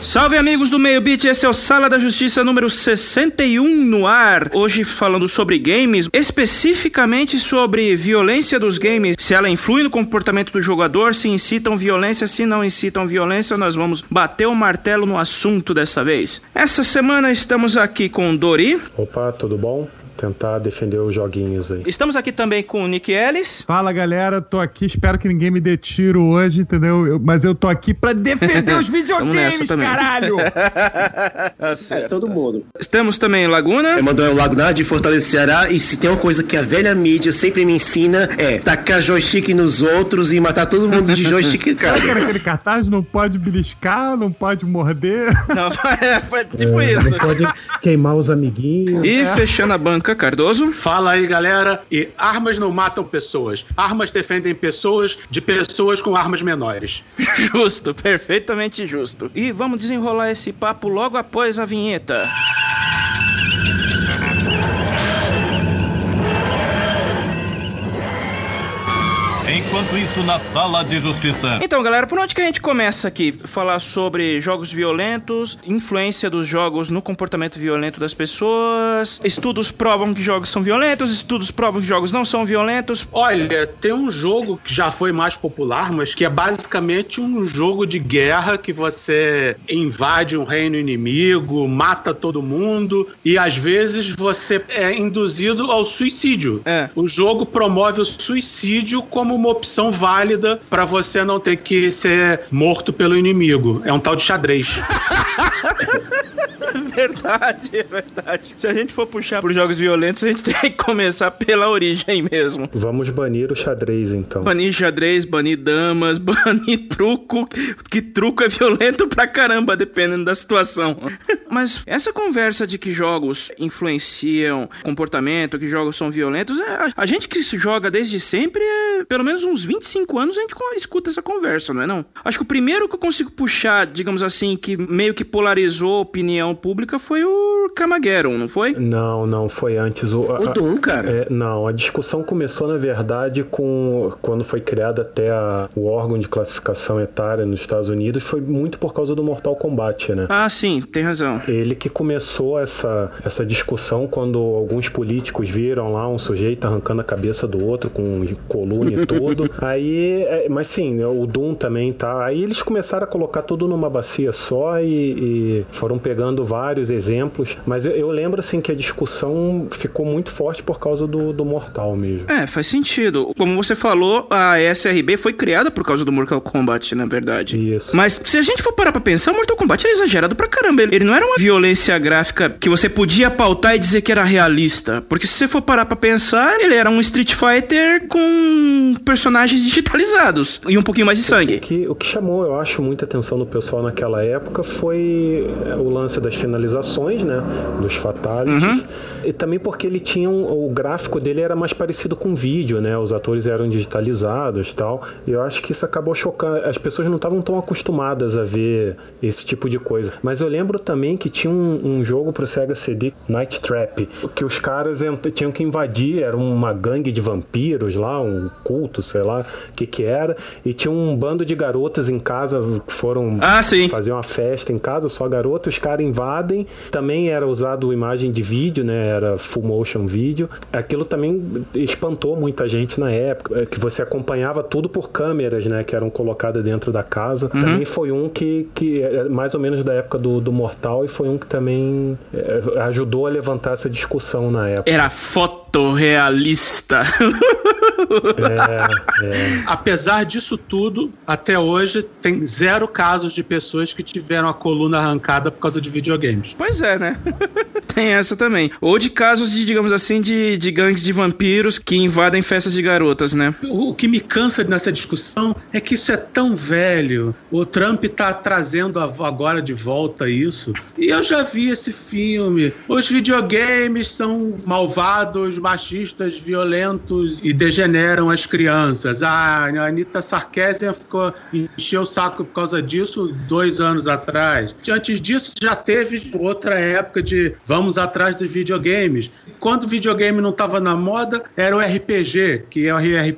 Salve amigos do Meio Beat, esse é o Sala da Justiça número 61 no ar. Hoje falando sobre games, especificamente sobre violência dos games, se ela influi no comportamento do jogador, se incitam violência, se não incitam violência, nós vamos bater o martelo no assunto dessa vez. Essa semana estamos aqui com o Dori. Opa, tudo bom? Tentar defender os joguinhos aí. Estamos aqui também com o Nick Ellis. Fala galera, tô aqui, espero que ninguém me dê tiro hoje, entendeu? Mas eu tô aqui pra defender os videogames, caralho! Tá certo, todo mundo. Estamos também em Laguna. Emanuel Laguna, de Fortaleza, Ceará, e se tem uma coisa que a velha mídia sempre me ensina é tacar joystick nos outros e matar todo mundo de joystick, cara. Sabe que era aquele cartaz? Não pode beliscar, não pode morder. Não, tipo isso. Não pode queimar os amiguinhos. E fechando a banca, Cardoso. Fala aí, galera. E armas não matam pessoas. Armas defendem pessoas de pessoas com armas menores. Justo, perfeitamente justo. E vamos desenrolar esse papo logo após a vinheta. Enquanto isso, na Sala de Justiça. Então, galera, por onde que a gente começa aqui? Falar sobre jogos violentos, influência dos jogos no comportamento violento das pessoas. Estudos provam que jogos são violentos, estudos provam que jogos não são violentos. Olha, tem um jogo que já foi mais popular, mas que é basicamente um jogo de guerra que você invade um reino inimigo, mata todo mundo e às vezes você é induzido ao suicídio. O jogo promove o suicídio como uma opção válida pra você não ter que ser morto pelo inimigo. É um tal de xadrez. Verdade. Se a gente for puxar pros jogos violentos, a gente tem que começar pela origem mesmo. Vamos banir o xadrez, então. Banir xadrez, banir damas, banir truco. Que truco é violento pra caramba, dependendo da situação. Mas essa conversa de que jogos influenciam comportamento, que jogos são violentos, a gente que se joga desde sempre, pelo menos uns 25 anos, a gente escuta essa conversa, não é não? Acho que o primeiro que eu consigo puxar, digamos assim, que meio que polarizou a opinião pública foi o Carmageddon, não foi? Não, foi antes. O Doom, cara. Não, a discussão começou, na verdade, quando foi criado até o órgão de classificação etária nos Estados Unidos, foi muito por causa do Mortal Kombat, né? Ah, sim, tem razão. Ele que começou essa discussão quando alguns políticos viram lá um sujeito arrancando a cabeça do outro com coluna e tudo. Aí, mas sim, o Doom também tá. Aí eles começaram a colocar tudo numa bacia só e foram pegando vários exemplos, mas eu lembro assim que a discussão ficou muito forte por causa do Mortal mesmo. Faz sentido. Como você falou, a SRB foi criada por causa do Mortal Kombat, na verdade. Isso. Mas se a gente for parar pra pensar, o Mortal Kombat era exagerado pra caramba. Ele não era uma violência gráfica que você podia pautar e dizer que era realista. Porque se você for parar pra pensar, ele era um Street Fighter com personagens digitalizados e um pouquinho mais de sangue. O que chamou, eu acho, muita atenção do pessoal naquela época foi o lance das finalizações, né? Dos fatalities. E também porque ele tinha o gráfico dele era mais parecido com vídeo, né? Os atores eram digitalizados e tal. E eu acho que isso acabou chocando. As pessoas não estavam tão acostumadas a ver esse tipo de coisa. Mas eu lembro também que tinha um jogo pro Sega CD, Night Trap, que os caras tinham que invadir, era uma gangue de vampiros lá, um culto, sei lá o que era. E tinha um bando de garotas em casa que foram fazer uma festa em casa, só garotas, os caras invadem. Também era usado imagem de vídeo, né? Era full motion vídeo. Aquilo também espantou muita gente na época, que você acompanhava tudo por câmeras, né? Que eram colocadas dentro da casa. Também foi um que é mais ou menos da época do Mortal, e foi um que também ajudou a levantar essa discussão na época. Era fotorrealista. Apesar disso tudo, até hoje tem 0 casos de pessoas que tiveram a coluna arrancada por causa de videogames. Pois é, né? Tem essa também. Ou de casos de, digamos assim, de gangues de vampiros que invadem festas de garotas, né? O que me cansa nessa discussão é que isso é tão velho. O Trump tá trazendo agora de volta isso. E eu já vi esse filme. Os videogames são malvados, machistas, violentos e degeneram as crianças. A Anitta Sarkeesian encheu o saco por causa disso 2 anos atrás. Antes disso, já teve outra época de vamos atrás dos videogames. quando o videogame não tava na moda, era o RPG, que o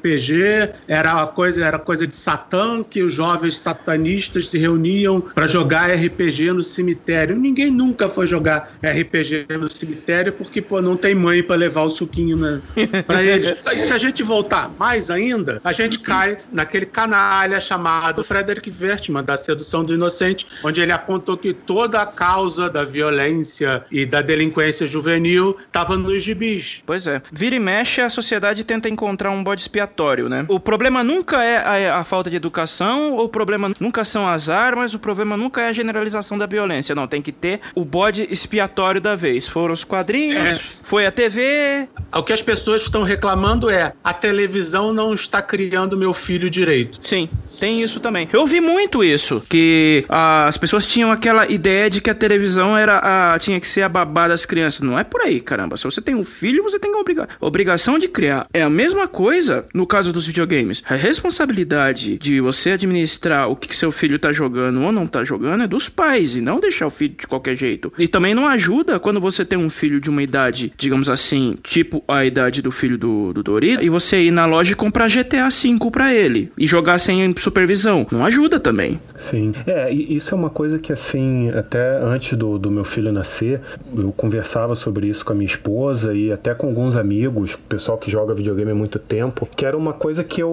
RPG era coisa de Satã, que os jovens satanistas se reuniam para jogar RPG no cemitério. Ninguém nunca foi jogar RPG no cemitério porque, não tem mãe para levar o suquinho para eles. E se a gente voltar mais ainda, a gente cai naquele canalha chamado Frederick Wertmann, da Sedução do Inocente, onde ele apontou que toda a causa da violência e da delinquência juvenil estava nos gibis. Pois é. Vira e mexe, a sociedade tenta encontrar um bode expiatório, né? O problema nunca é a falta de educação, o problema nunca são as armas, o problema nunca é a generalização da violência. Não, tem que ter o bode expiatório da vez. Foram os quadrinhos, foi a TV... O que as pessoas estão reclamando é: a televisão não está criando meu filho direito. Sim. Tem isso também. Eu ouvi muito isso, que as pessoas tinham aquela ideia de que a televisão tinha que ser a babá das crianças. Não é por aí, caramba. Se você tem um filho, você tem obrigação de criar. É a mesma coisa no caso dos videogames. A responsabilidade de você administrar o que seu filho tá jogando ou não tá jogando é dos pais, e não deixar o filho de qualquer jeito. E também não ajuda quando você tem um filho de uma idade, digamos assim, tipo a idade do filho do Dorito, e você ir na loja e comprar GTA V pra ele e jogar sem supervisão. Não ajuda também. Sim. E isso é uma coisa que, assim, até antes do meu filho nascer, eu conversava sobre isso com a minha esposa e até com alguns amigos, pessoal que joga videogame há muito tempo, que era uma coisa que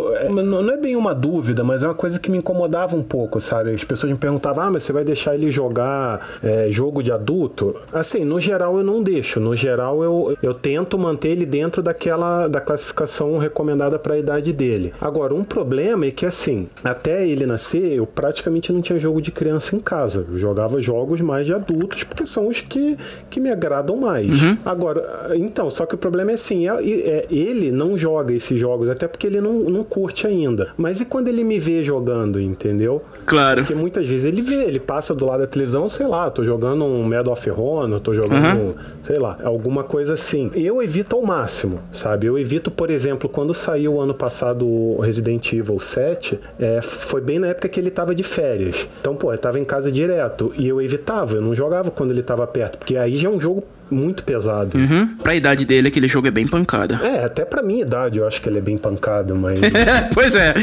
não é bem uma dúvida, mas é uma coisa que me incomodava um pouco, sabe? As pessoas me perguntavam, mas você vai deixar ele jogar jogo de adulto? Assim, no geral eu não deixo. No geral eu tento manter ele dentro da classificação recomendada para a idade dele. Agora, um problema é que, assim, até ele nascer, eu praticamente não tinha jogo de criança em casa. Eu jogava jogos mais de adultos, porque são os que me agradam mais. Uhum. Agora, então, só que o problema é assim, ele não joga esses jogos, até porque ele não curte ainda. Mas e quando ele me vê jogando, entendeu? Claro. Porque muitas vezes ele passa do lado da televisão, sei lá, tô jogando um Medal of Honor, tô jogando, sei lá, alguma coisa assim. Eu evito ao máximo, sabe? Eu evito, por exemplo, quando saiu ano passado o Resident Evil 7, foi bem na época que ele tava de férias. Então, eu tava em casa direto e eu evitava, eu não jogava quando ele tava perto, porque aí já é um jogo muito pesado. Uhum. Pra idade dele, aquele jogo é bem pancada. Até pra minha idade eu acho que ele é bem pancado, mas... Pois é.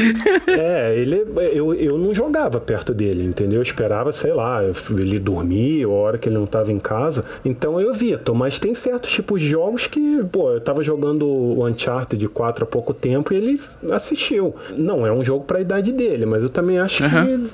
Eu não jogava perto dele, entendeu? Eu esperava, sei lá, ele dormir, ou a hora que ele não tava em casa. Então eu evito, mas tem certos tipos de jogos que, eu tava jogando o Uncharted 4 há pouco tempo e ele assistiu. Não é um jogo pra idade dele, mas eu também acho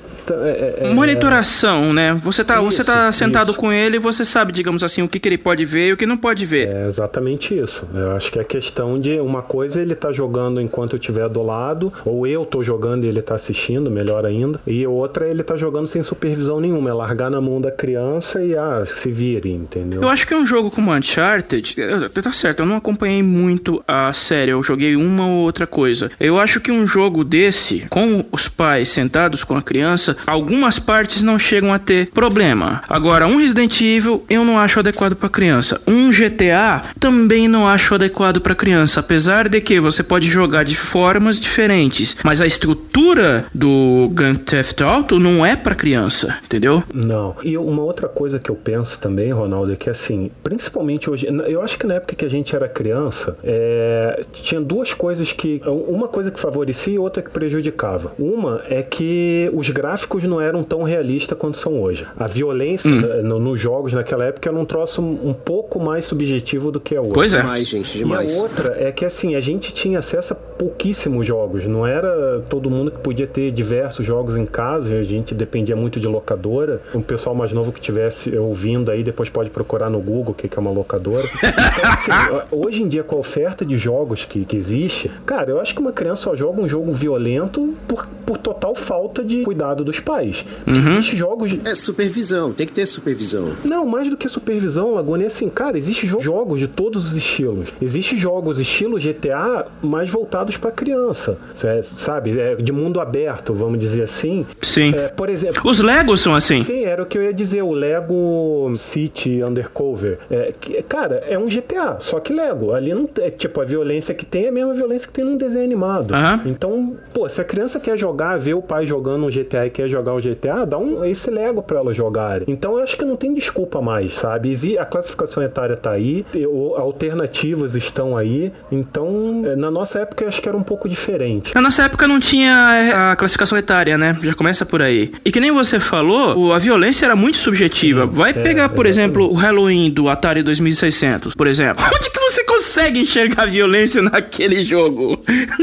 que... Monitoração, né? Você tá sentado com ele e você sabe, digamos assim, o que ele pode ver e o que não pode ver. É exatamente isso. Eu acho que é questão de uma coisa ele tá jogando enquanto eu estiver do lado, ou eu tô jogando e ele tá assistindo, melhor ainda, e outra ele tá jogando sem supervisão nenhuma, é largar na mão da criança e se vire, entendeu? Eu acho que é um jogo como Uncharted, tá certo, eu não acompanhei muito a série, eu joguei uma ou outra coisa. Eu acho que um jogo desse, com os pais sentados com a criança, algumas partes não chegam a ter problema. Agora, um Resident Evil eu não acho adequado pra criança. Um GTA também não acho adequado para criança, apesar de que você pode jogar de formas diferentes, mas a estrutura do Grand Theft Auto não é para criança, entendeu? Não. E uma outra coisa que eu penso também, Ronaldo, é que assim, principalmente hoje, eu acho que na época que a gente era criança, tinha duas coisas uma coisa que favorecia e outra que prejudicava. Uma é que os gráficos não eram tão realistas quanto são hoje. A violência nos jogos naquela época era um troço um pouco mais subjetivo do que é hoje. Pois é. Demais, gente, demais. E a outra é que, assim, a gente tinha acesso a pouquíssimos jogos. Não era todo mundo que podia ter diversos jogos em casa. A gente dependia muito de locadora. Um pessoal mais novo que estivesse ouvindo aí, depois pode procurar no Google o que é uma locadora. Então, assim, hoje em dia, com a oferta de jogos que existe, cara, eu acho que uma criança só joga um jogo violento por total falta de cuidado dos pais. Existe jogos... supervisão. Tem que ter supervisão. Não, mais do que supervisão, Laguna, assim, cara, existem jogos de todos os estilos. Existem jogos estilo GTA mais voltados pra criança, sabe? De mundo aberto, vamos dizer assim. Sim. Por exemplo... Os Legos são assim. Sim, era o que eu ia dizer. O Lego City Undercover. Cara, é um GTA, só que Lego. Ali não é tipo, a violência que tem é a mesma violência que tem num desenho animado. Então, se a criança quer jogar, ver o pai jogando um GTA e quer jogar o GTA, dá esse Lego pra ela jogar. Então, eu acho que não tem desculpa mais, sabe? A classificação classificação etária tá aí, alternativas estão aí, então na nossa época eu acho que era um pouco diferente. Na nossa época não tinha a classificação etária, né? Já começa por aí. E que nem você falou, a violência era muito subjetiva. Sim, vai pegar, por exemplo, o Halloween do Atari 2600, por exemplo. Onde que você consegue enxergar violência naquele jogo?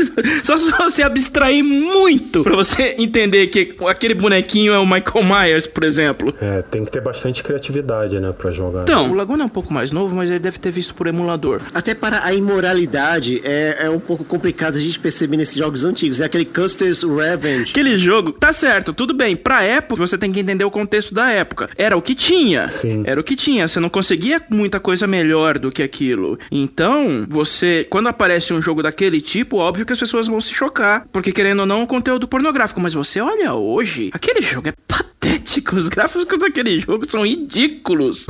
Só se você abstrair muito pra você entender que aquele bonequinho é o Michael Myers, por exemplo. Tem que ter bastante criatividade, né, pra jogar. Então, o Laguna é um pouco mais novo, mas ele deve ter visto por emulador. Até para a imoralidade é um pouco complicado a gente perceber nesses jogos antigos. É aquele Custer's Revenge. Aquele jogo, tá certo, tudo bem. Pra época, você tem que entender o contexto da época. Era o que tinha. Sim. Era o que tinha. Você não conseguia muita coisa melhor do que aquilo. Então, quando aparece um jogo daquele tipo, óbvio que as pessoas vão se chocar. Porque, querendo ou não, é um conteúdo pornográfico. Mas você olha hoje, aquele jogo é patético. Os gráficos daquele jogo são ridículos.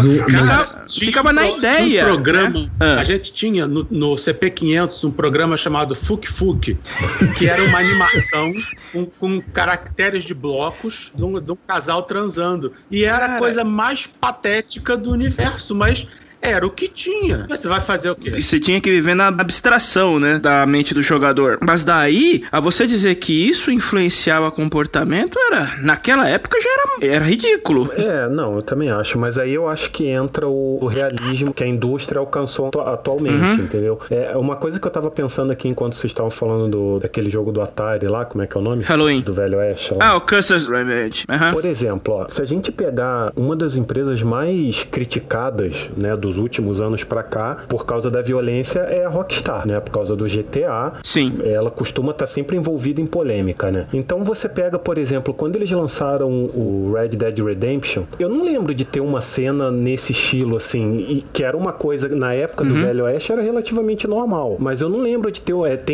Ficava na ideia. Tinha um programa, né? A gente tinha no CP500 um programa chamado Fuk Fuk, que era uma animação com caracteres de blocos de um casal transando. E era a coisa mais patética do universo, mas era o que tinha. Você vai fazer o quê? Você tinha que viver na abstração, né, da mente do jogador. Mas daí, a você dizer que isso influenciava comportamento, naquela época já era ridículo. Não, eu também acho. Mas aí eu acho que entra o realismo que a indústria alcançou atualmente, entendeu? Uma coisa que eu tava pensando aqui enquanto vocês estavam falando daquele jogo do Atari lá, como é que é o nome? Halloween. Do Velho Oeste. Lá. O Custer's Revenge. Por exemplo, se a gente pegar uma das empresas mais criticadas, né, dos últimos anos pra cá, por causa da violência, é a Rockstar, né? Por causa do GTA. Sim. Ela costuma estar sempre envolvida em polêmica, né? Então você pega, por exemplo, quando eles lançaram o Red Dead Redemption, eu não lembro de ter uma cena nesse estilo, assim, e que era uma coisa, na época do Velho Oeste, era relativamente normal. Mas eu não lembro de ter...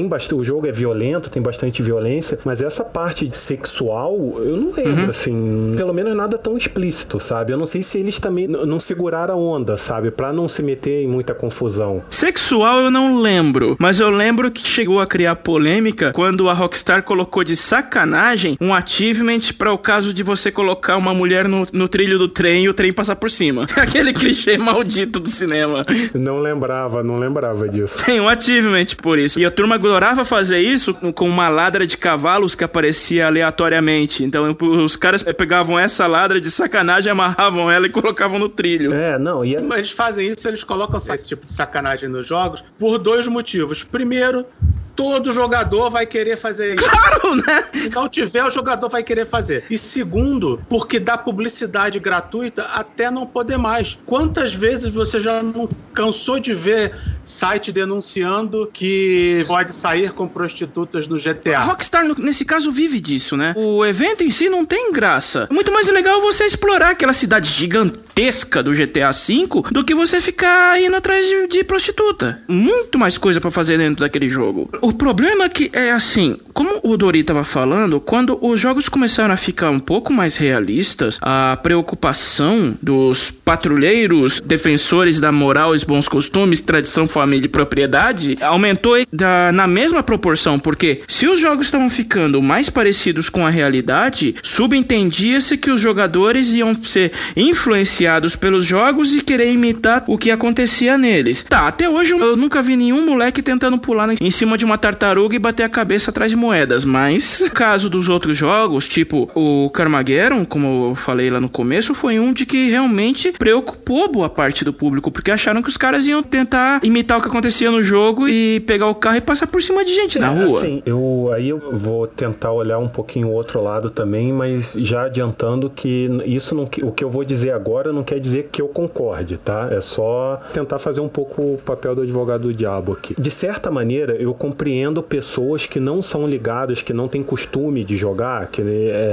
o jogo é violento, tem bastante violência, mas essa parte de sexual, eu não lembro, assim, pelo menos nada tão explícito, sabe? Eu não sei se eles também não seguraram a onda, sabe? Pra não se meter em muita confusão. Sexual eu não lembro, mas eu lembro que chegou a criar polêmica quando a Rockstar colocou de sacanagem um achievement para o caso de você colocar uma mulher no trilho do trem e o trem passar por cima. Aquele clichê maldito do cinema. Não lembrava disso. Tem um achievement por isso. E a turma adorava fazer isso com uma ladra de cavalos que aparecia aleatoriamente. Então os caras pegavam essa ladra de sacanagem, amarravam ela e colocavam no trilho. Mas eles fazem isso, eles colocam esse tipo de sacanagem nos jogos por dois motivos. Primeiro, todo jogador vai querer fazer isso. Claro, né? Se não tiver, o jogador vai querer fazer. E segundo, porque dá publicidade gratuita até não poder mais. Quantas vezes você já não cansou de ver site denunciando que pode sair com prostitutas no GTA? A Rockstar, nesse caso, vive disso, né? O evento em si não tem graça. É muito mais legal você explorar aquela cidade gigantesca do GTA V do que você ficar indo atrás de prostituta. Muito mais coisa pra fazer dentro daquele jogo. O problema é assim, como o Dori tava falando, quando os jogos começaram a ficar um pouco mais realistas, a preocupação dos patrulheiros, defensores da moral e bons costumes, tradição, família e propriedade, aumentou na mesma proporção, porque se os jogos estavam ficando mais parecidos com a realidade, subentendia-se que os jogadores iam ser influenciados pelos jogos e querer imitar o que acontecia neles. Até hoje eu nunca vi nenhum moleque tentando pular em cima de uma tartaruga e bater a cabeça atrás de moedas, mas no caso dos outros jogos, tipo o Carmageddon, como eu falei lá no começo, foi um de que realmente preocupou boa parte do público, porque acharam que os caras iam tentar imitar o que acontecia no jogo e pegar o carro e passar por cima de gente na rua. Assim, aí eu vou tentar olhar um pouquinho o outro lado também, mas já adiantando que isso não, o que eu vou dizer agora não quer dizer que eu concorde, tá? É só tentar fazer um pouco o papel do advogado do diabo aqui. De certa maneira, eu compreendo pessoas que não são ligadas, que não têm costume de jogar, que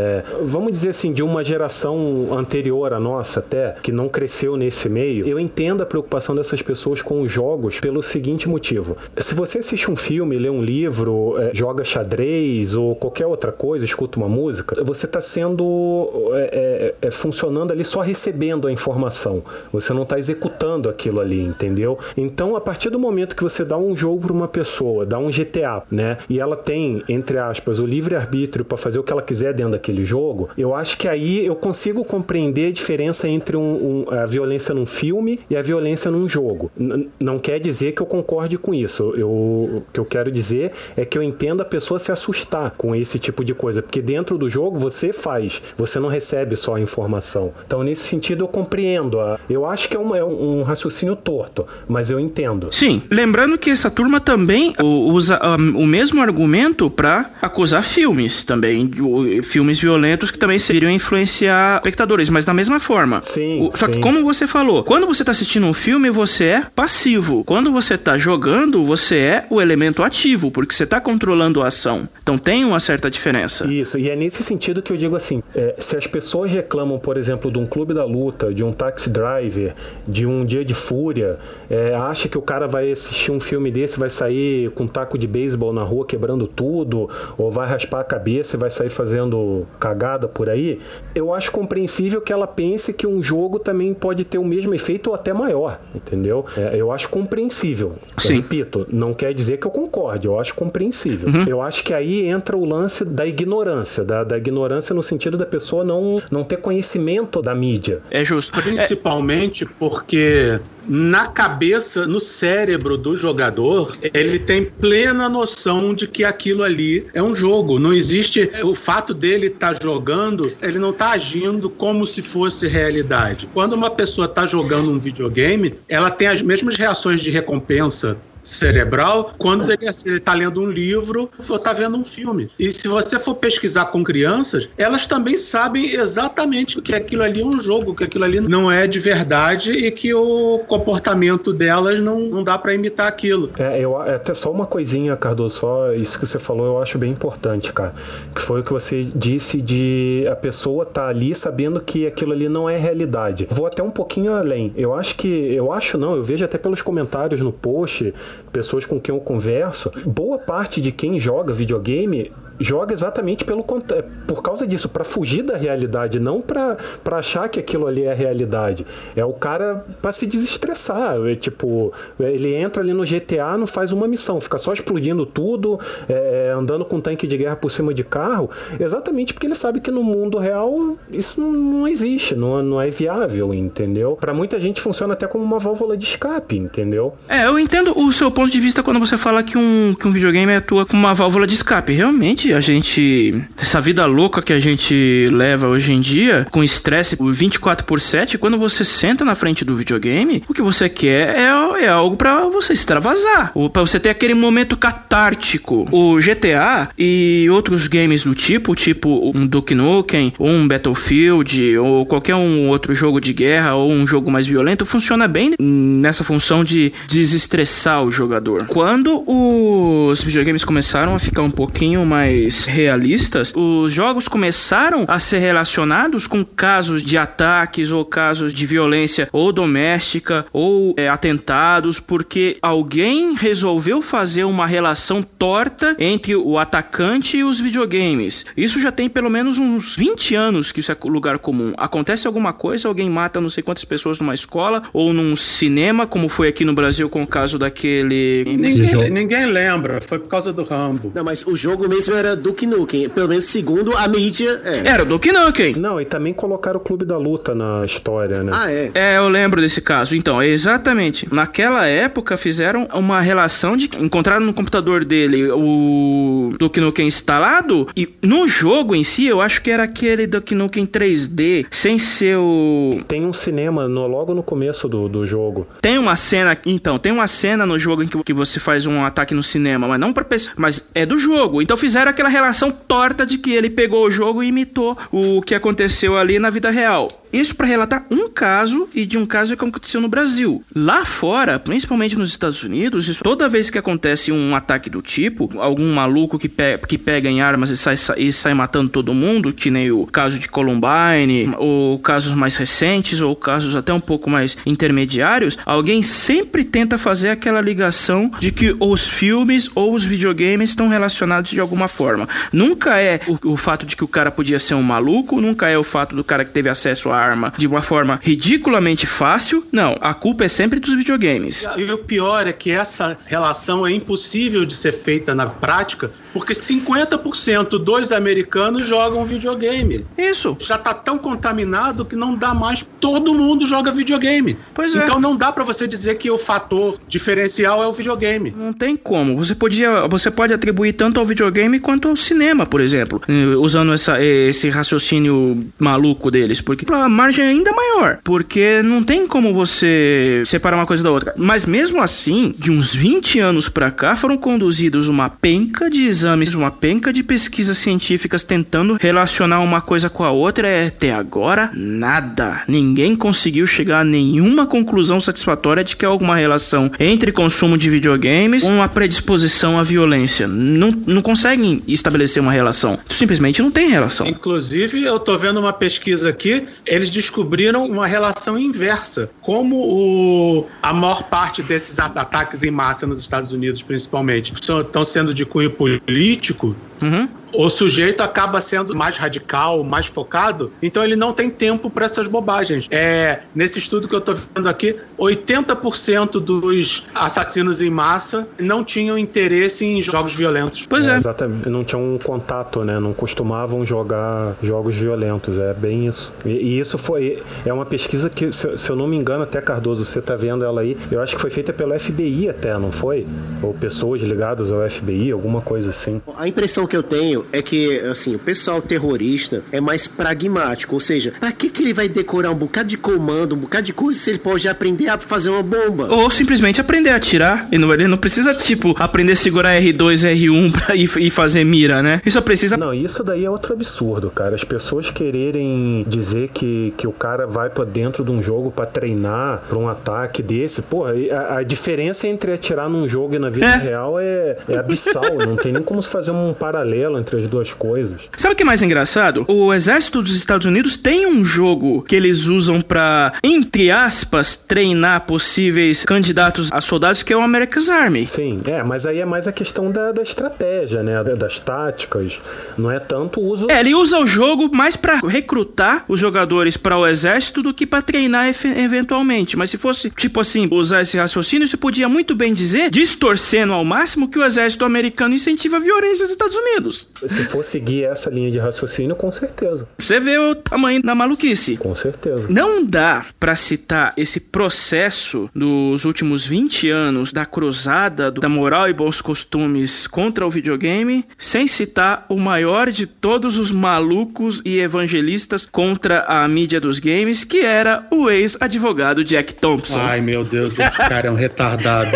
vamos dizer assim, de uma geração anterior à nossa até, que não cresceu nesse meio. Eu entendo a preocupação dessas pessoas com os jogos pelo seguinte motivo. Se você assiste um filme, lê um livro, joga xadrez ou qualquer outra coisa, escuta uma música, você está sendo funcionando ali só recebendo a informação. Você não está executando aquilo ali, entendeu? Então, a partir do momento que você dá um jogo para uma pessoa, dá um GTA, né? E ela tem, entre entre aspas, o livre-arbítrio para fazer o que ela quiser dentro daquele jogo, eu acho que aí eu consigo compreender a diferença entre a violência num filme e a violência num jogo. Não quer dizer que eu concorde com isso. O que eu quero dizer é que eu entendo a pessoa se assustar com esse tipo de coisa, porque dentro do jogo você não recebe só a informação. Então, nesse sentido, eu compreendo. Eu acho que é um raciocínio torto, mas eu entendo. Sim, lembrando que essa turma também usa o mesmo argumento para acusar filmes também, filmes violentos que também seriam influenciar espectadores, mas da mesma forma. Sim. Só que como você falou, quando você tá assistindo um filme, você é passivo. Quando você tá jogando, você é o elemento ativo, porque você tá controlando a ação. Então tem uma certa diferença. Isso, e é nesse sentido que eu digo assim, se as pessoas reclamam, por exemplo, de um Clube da Luta, de um Taxi Driver, de um Dia de Fúria, acha que o cara vai assistir um filme desse, vai sair com um taco de beisebol na rua quebrando tudo, ou vai raspar a cabeça e vai sair fazendo cagada por aí, eu acho compreensível que ela pense que um jogo também pode ter o mesmo efeito ou até maior, entendeu? Eu acho compreensível. Sim. Repito, não quer dizer que eu concorde, eu acho compreensível. Eu acho que aí entra o lance da ignorância, da ignorância no sentido da pessoa não ter conhecimento da mídia. É justo. Principalmente porque na cabeça, no cérebro do jogador, ele tem plena noção de que aquilo ali é um jogo. Não existe o fato dele estar jogando, ele não está agindo como se fosse realidade. Quando uma pessoa está jogando um videogame, ela tem as mesmas reações de recompensa cerebral quando ele está lendo um livro ou está vendo um filme. E se você for pesquisar com crianças, elas também sabem exatamente que aquilo ali é um jogo, que aquilo ali não é de verdade e que o comportamento delas não dá para imitar aquilo. Até só uma coisinha, Cardoso, só isso que você falou eu acho bem importante, cara, que foi o que você disse de a pessoa tá ali sabendo que aquilo ali não é realidade. Vou até um pouquinho além. Eu vejo até pelos comentários no post, pessoas com quem eu converso, boa parte de quem joga videogame joga exatamente por causa disso, para fugir da realidade, não para achar que aquilo ali é a realidade. É o cara para se desestressar. Ele entra ali no GTA, não faz uma missão, fica só explodindo tudo, andando com um tanque de guerra por cima de carro, exatamente porque ele sabe que no mundo real isso não existe, não é viável, entendeu? Para muita gente funciona até como uma válvula de escape, entendeu? Eu entendo o seu ponto de vista quando você fala que um videogame atua como uma válvula de escape. Realmente, essa vida louca que a gente leva hoje em dia, com estresse 24/7, quando você senta na frente do videogame, o que você quer é algo pra você extravasar, ou pra você ter aquele momento catártico. O GTA e outros games do tipo um Duke Nukem, ou um Battlefield, ou qualquer um outro jogo de guerra, ou um jogo mais violento, funciona bem nessa função de desestressar o jogador. Quando os videogames começaram a ficar um pouquinho mais realistas, os jogos começaram a ser relacionados com casos de ataques ou casos de violência ou doméstica ou atentados, porque alguém resolveu fazer uma relação torta entre o atacante e os videogames. Isso já tem pelo menos uns 20 anos que isso é lugar comum. Acontece alguma coisa, alguém mata não sei quantas pessoas numa escola ou num cinema, como foi aqui no Brasil com o caso daquele... Ninguém lembra, foi por causa do Rambo. Não, mas o jogo mesmo era Duke Nukem, pelo menos segundo a mídia. Era o Duke Nukem. Não, e também colocaram o Clube da Luta na história, né? Eu lembro desse caso. Então, exatamente. Naquela época fizeram uma relação de que encontraram no computador dele o Duke Nukem instalado, e no jogo em si, eu acho que era aquele Duke Nukem 3D, sem ser o... Tem um cinema logo no começo do jogo. Tem uma cena no jogo em que você faz um ataque no cinema, mas não pra pessoa, mas é do jogo. Então fizeram aquela relação torta de que ele pegou o jogo e imitou o que aconteceu ali na vida real. Isso para relatar um caso, e de um caso que aconteceu no Brasil. Lá fora, principalmente nos Estados Unidos, toda vez que acontece um ataque do tipo, algum maluco que pega em armas e sai matando todo mundo, que nem o caso de Columbine, ou casos mais recentes, ou casos até um pouco mais intermediários, alguém sempre tenta fazer aquela ligação de que os filmes ou os videogames estão relacionados de alguma forma. Nunca é o fato de que o cara podia ser um maluco, nunca é o fato do cara que teve acesso a arma de uma forma ridiculamente fácil, não, a culpa é sempre dos videogames. E o pior é que essa relação é impossível de ser feita na prática, porque 50% dos americanos jogam videogame. Isso. Já tá tão contaminado que não dá mais. Todo mundo joga videogame. Pois é. Então não dá pra você dizer que o fator diferencial é o videogame. Não tem como. Você pode atribuir tanto ao videogame quanto ao cinema, por exemplo, usando esse raciocínio maluco deles, porque a margem é ainda maior, porque não tem como você separar uma coisa da outra. Mas mesmo assim, de uns 20 anos pra cá, foram conduzidos uma penca de exames, uma penca de pesquisas científicas tentando relacionar uma coisa com a outra. Até agora, nada. Ninguém conseguiu chegar a nenhuma conclusão satisfatória de que há alguma relação entre consumo de videogames com a predisposição à violência. Não conseguem estabelecer uma relação. Simplesmente não tem relação. Inclusive, eu tô vendo uma pesquisa aqui, eles descobriram uma relação inversa. Como a maior parte desses ataques em massa nos Estados Unidos, principalmente, estão sendo de cunho político, o sujeito acaba sendo mais radical, mais focado, então ele não tem tempo para essas bobagens. Nesse estudo que eu tô vendo aqui, 80% dos assassinos em massa não tinham interesse em jogos violentos. Pois é. Exatamente. Não tinham um contato, né? Não costumavam jogar jogos violentos. É bem isso. E isso é uma pesquisa que, se eu não me engano, até Cardoso, você tá vendo ela aí, eu acho que foi feita pelo FBI até, não foi? Ou pessoas ligadas ao FBI, alguma coisa assim. A impressão que eu tenho é que, assim, o pessoal terrorista é mais pragmático, ou seja, pra que ele vai decorar um bocado de comando, um bocado de coisa, se ele pode aprender a fazer uma bomba? Ou simplesmente aprender a atirar, ele não precisa, aprender a segurar R2, R1 e fazer mira, né? Ele só precisa... Não, isso daí é outro absurdo, cara. As pessoas quererem dizer que o cara vai pra dentro de um jogo pra treinar pra um ataque desse, a diferença entre atirar num jogo e na vida real é abissal, não tem nem como se fazer um paralelo entre as duas coisas. Sabe o que é mais engraçado? O exército dos Estados Unidos tem um jogo que eles usam pra, entre aspas, treinar possíveis candidatos a soldados, que é o America's Army. Sim, mas aí é mais a questão da estratégia, né? Das táticas. Não é tanto o uso... Ele usa o jogo mais pra recrutar os jogadores para o exército do que pra treinar eventualmente. Mas se fosse, usar esse raciocínio, você podia muito bem dizer, distorcendo ao máximo, que o exército americano incentiva a violência dos Estados Unidos. Se for seguir essa linha de raciocínio, com certeza. Você vê o tamanho da maluquice. Com certeza. Não dá pra citar esse processo dos últimos 20 anos da cruzada da moral e bons costumes contra o videogame sem citar o maior de todos os malucos e evangelistas contra a mídia dos games, que era o ex-advogado Jack Thompson. Ai, meu Deus, esse cara é um retardado.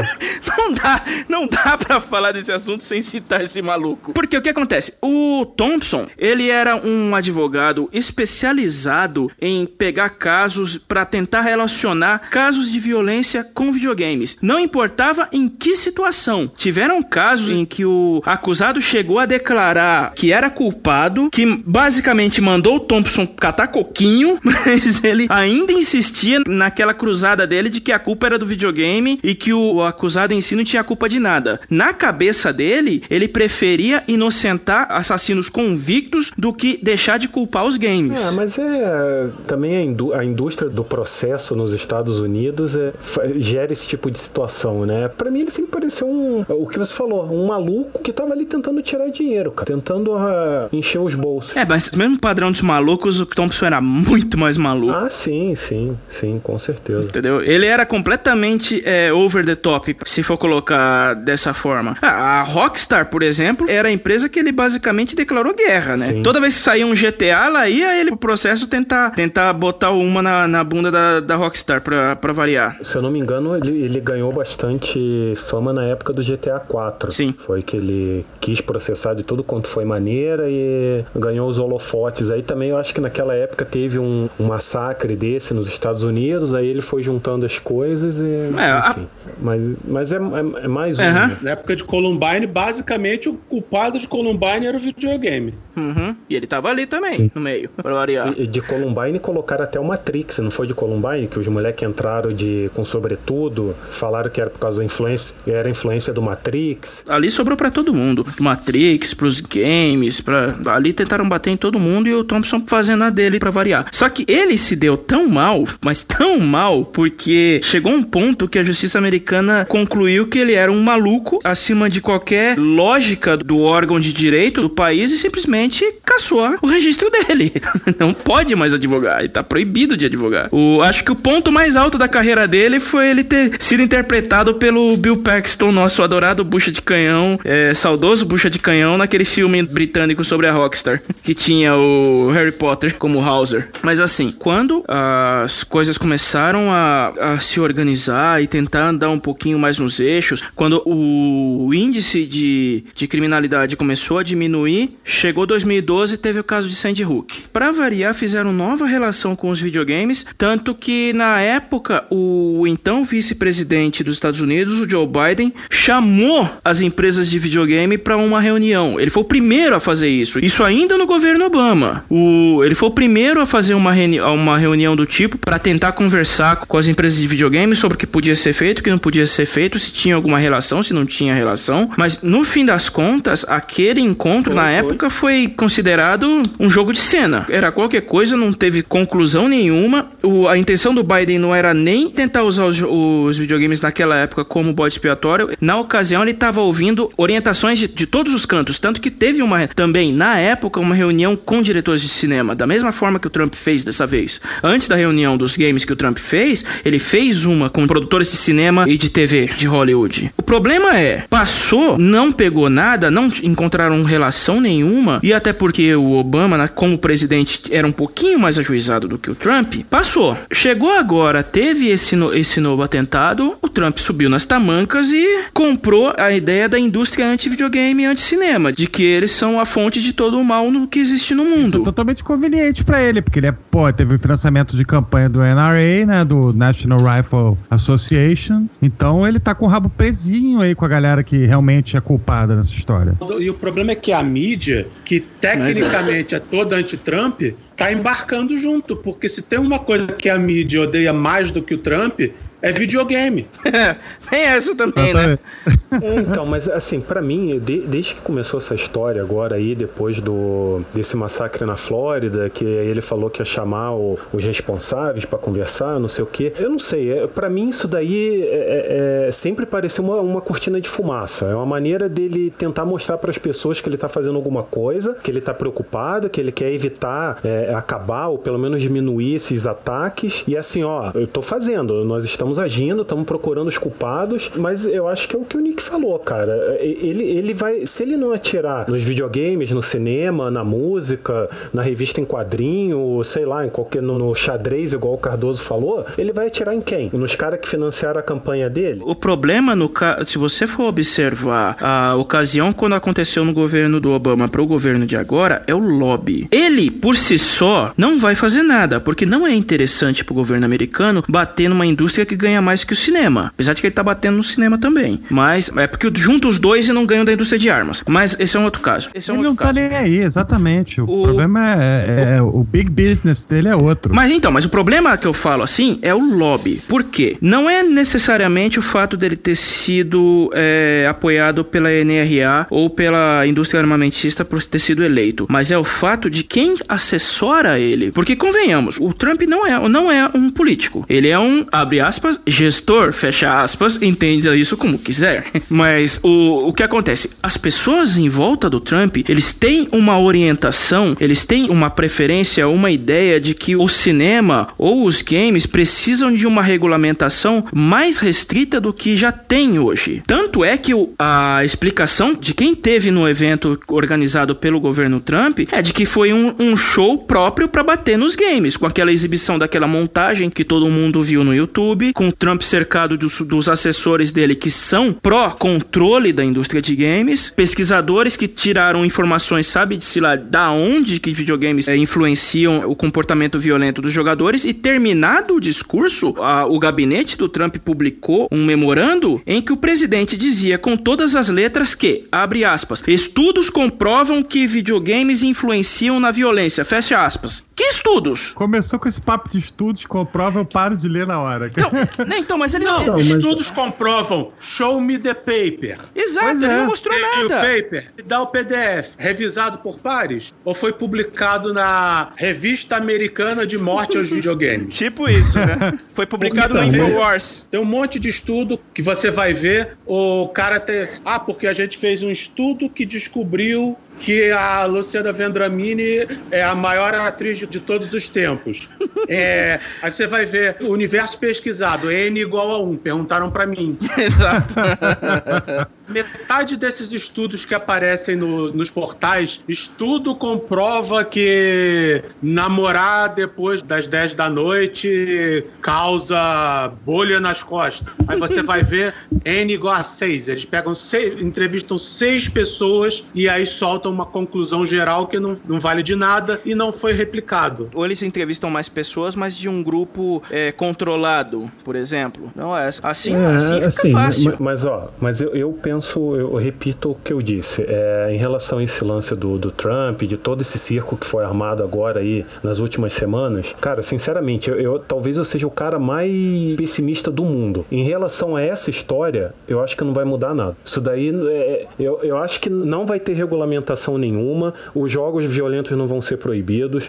Não dá pra falar desse assunto sem citar esse maluco. Porque o que acontece? O Thompson, ele era um advogado especializado em pegar casos pra tentar relacionar casos de violência com videogames. Não importava em que situação. Tiveram casos em que o acusado chegou a declarar que era culpado, que basicamente mandou o Thompson catar coquinho, mas ele ainda insistia naquela cruzada dele de que a culpa era do videogame e que o acusado em si não tinha culpa de nada. Na cabeça dele, ele preferia inocentar assassinos convictos do que deixar de culpar os games. Mas também a indústria do processo nos Estados Unidos gera esse tipo de situação, né? Pra mim ele sempre pareceu o que você falou, um maluco que tava ali tentando tirar dinheiro, cara, tentando encher os bolsos. Mas mesmo padrão dos malucos, o Thompson era muito mais maluco. Sim, com certeza. Entendeu? Ele era completamente over the top, se for colocar dessa forma. A Rockstar, por exemplo, era a empresa que ele basicamente declarou guerra, né? Sim. Toda vez que saía um GTA, lá ia ele pro processo tentar botar uma na bunda da Rockstar pra variar. Se eu não me engano, ele ganhou bastante fama na época do GTA 4. Sim. Foi que ele quis processar de tudo quanto foi maneira e ganhou os holofotes. Aí também eu acho que naquela época teve um massacre desse nos Estados Unidos, aí ele foi juntando as coisas e... enfim. Mas é mais um. Na época de Columbine, basicamente o culpado de Columbine era o videogame. E ele tava ali também, no meio, pra variar. De Columbine colocaram até o Matrix, não foi de Columbine? Que os moleques entraram com sobretudo, falaram que era por causa da influência, era a influência do Matrix. Ali sobrou pra todo mundo. Matrix, pros games, ali tentaram bater em todo mundo e o Thompson fazendo a dele pra variar. Só que ele se deu tão mal, mas tão mal, porque chegou um ponto que a justiça americana concluiu que ele era um maluco acima de qualquer lógica do órgão de direito do país e simplesmente cassou o registro dele. Não pode mais advogar, ele tá proibido de advogar. Acho que o ponto mais alto da carreira dele foi ele ter sido interpretado pelo Bill Paxton, nosso adorado bucha de canhão, saudoso bucha de canhão, naquele filme britânico sobre a Rockstar, que tinha o Harry Potter como Hauser. Mas assim, quando as coisas começaram a se organizar e tentar andar um pouquinho mais nos eixos, quando o índice de criminalidade começou a diminuir, chegou 2012 e teve o caso de Sandy Hook. Para variar, fizeram nova relação com os videogames, tanto que na época o então vice-presidente dos Estados Unidos, o Joe Biden, chamou as empresas de videogame para uma reunião. Ele foi o primeiro a fazer isso ainda no governo Obama. Ele foi o primeiro a fazer uma reunião do tipo para tentar conversar com as empresas de videogame sobre o que podia ser feito, o que não podia ser feito, se tinha alguma relação, se não tinha relação. Mas no fim das contas, aquele encontro na época foi considerado um jogo de cena. Era qualquer coisa, não teve conclusão nenhuma. A intenção do Biden não era nem tentar usar os videogames naquela época como bode expiatório. Na ocasião, ele estava ouvindo orientações de todos os cantos, tanto que teve também, na época, uma reunião com diretores de cinema, da mesma forma que o Trump fez dessa vez. Antes da reunião dos games que o Trump fez, ele fez uma com produtores de cinema e de TV de Hollywood. O problema passou, não pegou nada, não encontraram relação nenhuma, e até porque o Obama, como presidente, era um pouquinho mais ajuizado do que o Trump, passou. Chegou agora, teve esse novo atentado, o Trump subiu nas tamancas e comprou a ideia da indústria anti-videogame e anti-cinema, de que eles são a fonte de todo o mal que existe no mundo. Isso é totalmente conveniente pra ele, porque ele teve o financiamento de campanha do NRA, né, do National Rifle Association, então ele tá com o rabo presinho aí com a galera que realmente é culpada nessa história. E o problema é que a mídia, que tecnicamente é toda anti-Trump, tá embarcando junto, porque se tem uma coisa que a mídia odeia mais do que o Trump, é videogame. Tem essa também, né? Então, mas assim, pra mim, desde que começou essa história agora aí, depois desse massacre na Flórida, que ele falou que ia chamar os responsáveis pra conversar, não sei o quê, eu não sei, pra mim isso daí sempre pareceu uma cortina de fumaça. É uma maneira dele tentar mostrar pras pessoas que ele tá fazendo alguma coisa, que ele tá preocupado, que ele quer evitar acabar ou pelo menos diminuir esses ataques. E assim, eu tô fazendo, nós estamos agindo, estamos procurando os culpados, mas eu acho que é o que o Nick falou, cara. Ele vai, se ele não atirar nos videogames, no cinema, na música, na revista em quadrinho, sei lá, no xadrez, igual o Cardoso falou, ele vai atirar em quem? Nos caras que financiaram a campanha dele? O problema, se você for observar a ocasião quando aconteceu no governo do Obama para o governo de agora, é o lobby. Ele, por si só, não vai fazer nada, porque não é interessante pro governo americano bater numa indústria que ganha mais que o cinema. Apesar de que ele tá batendo no cinema também. Mas é porque junta os dois e não ganham da indústria de armas. Mas esse é um outro caso. Ele não tá nem aí, exatamente. O problema o big business dele é outro. Mas o problema que eu falo assim é o lobby. Por quê? Não é necessariamente o fato dele ter sido apoiado pela NRA ou pela indústria armamentista por ter sido eleito. Mas é o fato de quem assessora ele. Porque, convenhamos, o Trump não é um político. Ele é um, abre aspas, gestor, fecha aspas, entende isso como quiser. Mas o que acontece? As pessoas em volta do Trump, eles têm uma orientação, eles têm uma preferência, uma ideia de que o cinema ou os games precisam de uma regulamentação mais restrita do que já tem hoje. Tanto é que a explicação de quem teve no evento organizado pelo governo Trump é de que foi um show próprio para bater nos games, com aquela exibição daquela montagem que todo mundo viu no YouTube, com o Trump cercado dos assessores dele que são pró-controle da indústria de games, pesquisadores que tiraram informações, sabe-se lá da onde que videogames influenciam o comportamento violento dos jogadores, e terminado o discurso, o gabinete do Trump publicou um memorando em que o presidente dizia com todas as letras que, abre aspas, estudos comprovam que videogames influenciam na violência, fecha aspas. Que estudos? Começou com esse papo de estudos, comprova, eu paro de ler na hora. Então, mas ele não... estudos comprovam, show me the paper. Exato, ele não mostrou nada. E o paper, dá o PDF, revisado por pares, ou foi publicado na Revista Americana de Morte aos Videogames? Tipo isso, né? Foi publicado no InfoWars. Tem um monte de estudo que você vai ver, o cara tem... porque a gente fez um estudo que descobriu que a Luciana Vendramini é a maior atriz de todos os tempos. Aí você vai ver o universo pesquisado, N igual a 1, perguntaram pra mim. Exato. Metade desses estudos que aparecem nos portais, estudo comprova que namorar depois das 10 da noite causa bolha nas costas. Aí você vai ver N igual a 6. Eles pegam entrevistam 6 pessoas e aí soltam uma conclusão geral que não vale de nada e não foi replicado. Ou eles entrevistam mais pessoas, mas de um grupo controlado, por exemplo. Não é assim fica fácil. Mas eu penso, eu repito o que eu disse. Em relação a esse lance do Trump, de todo esse circo que foi armado agora aí nas últimas semanas, cara, sinceramente, talvez eu seja o cara mais pessimista do mundo. Em relação a essa história, eu acho que não vai mudar nada. Isso daí, eu acho que não vai ter regulamentação nenhuma, os jogos violentos não vão ser proibidos,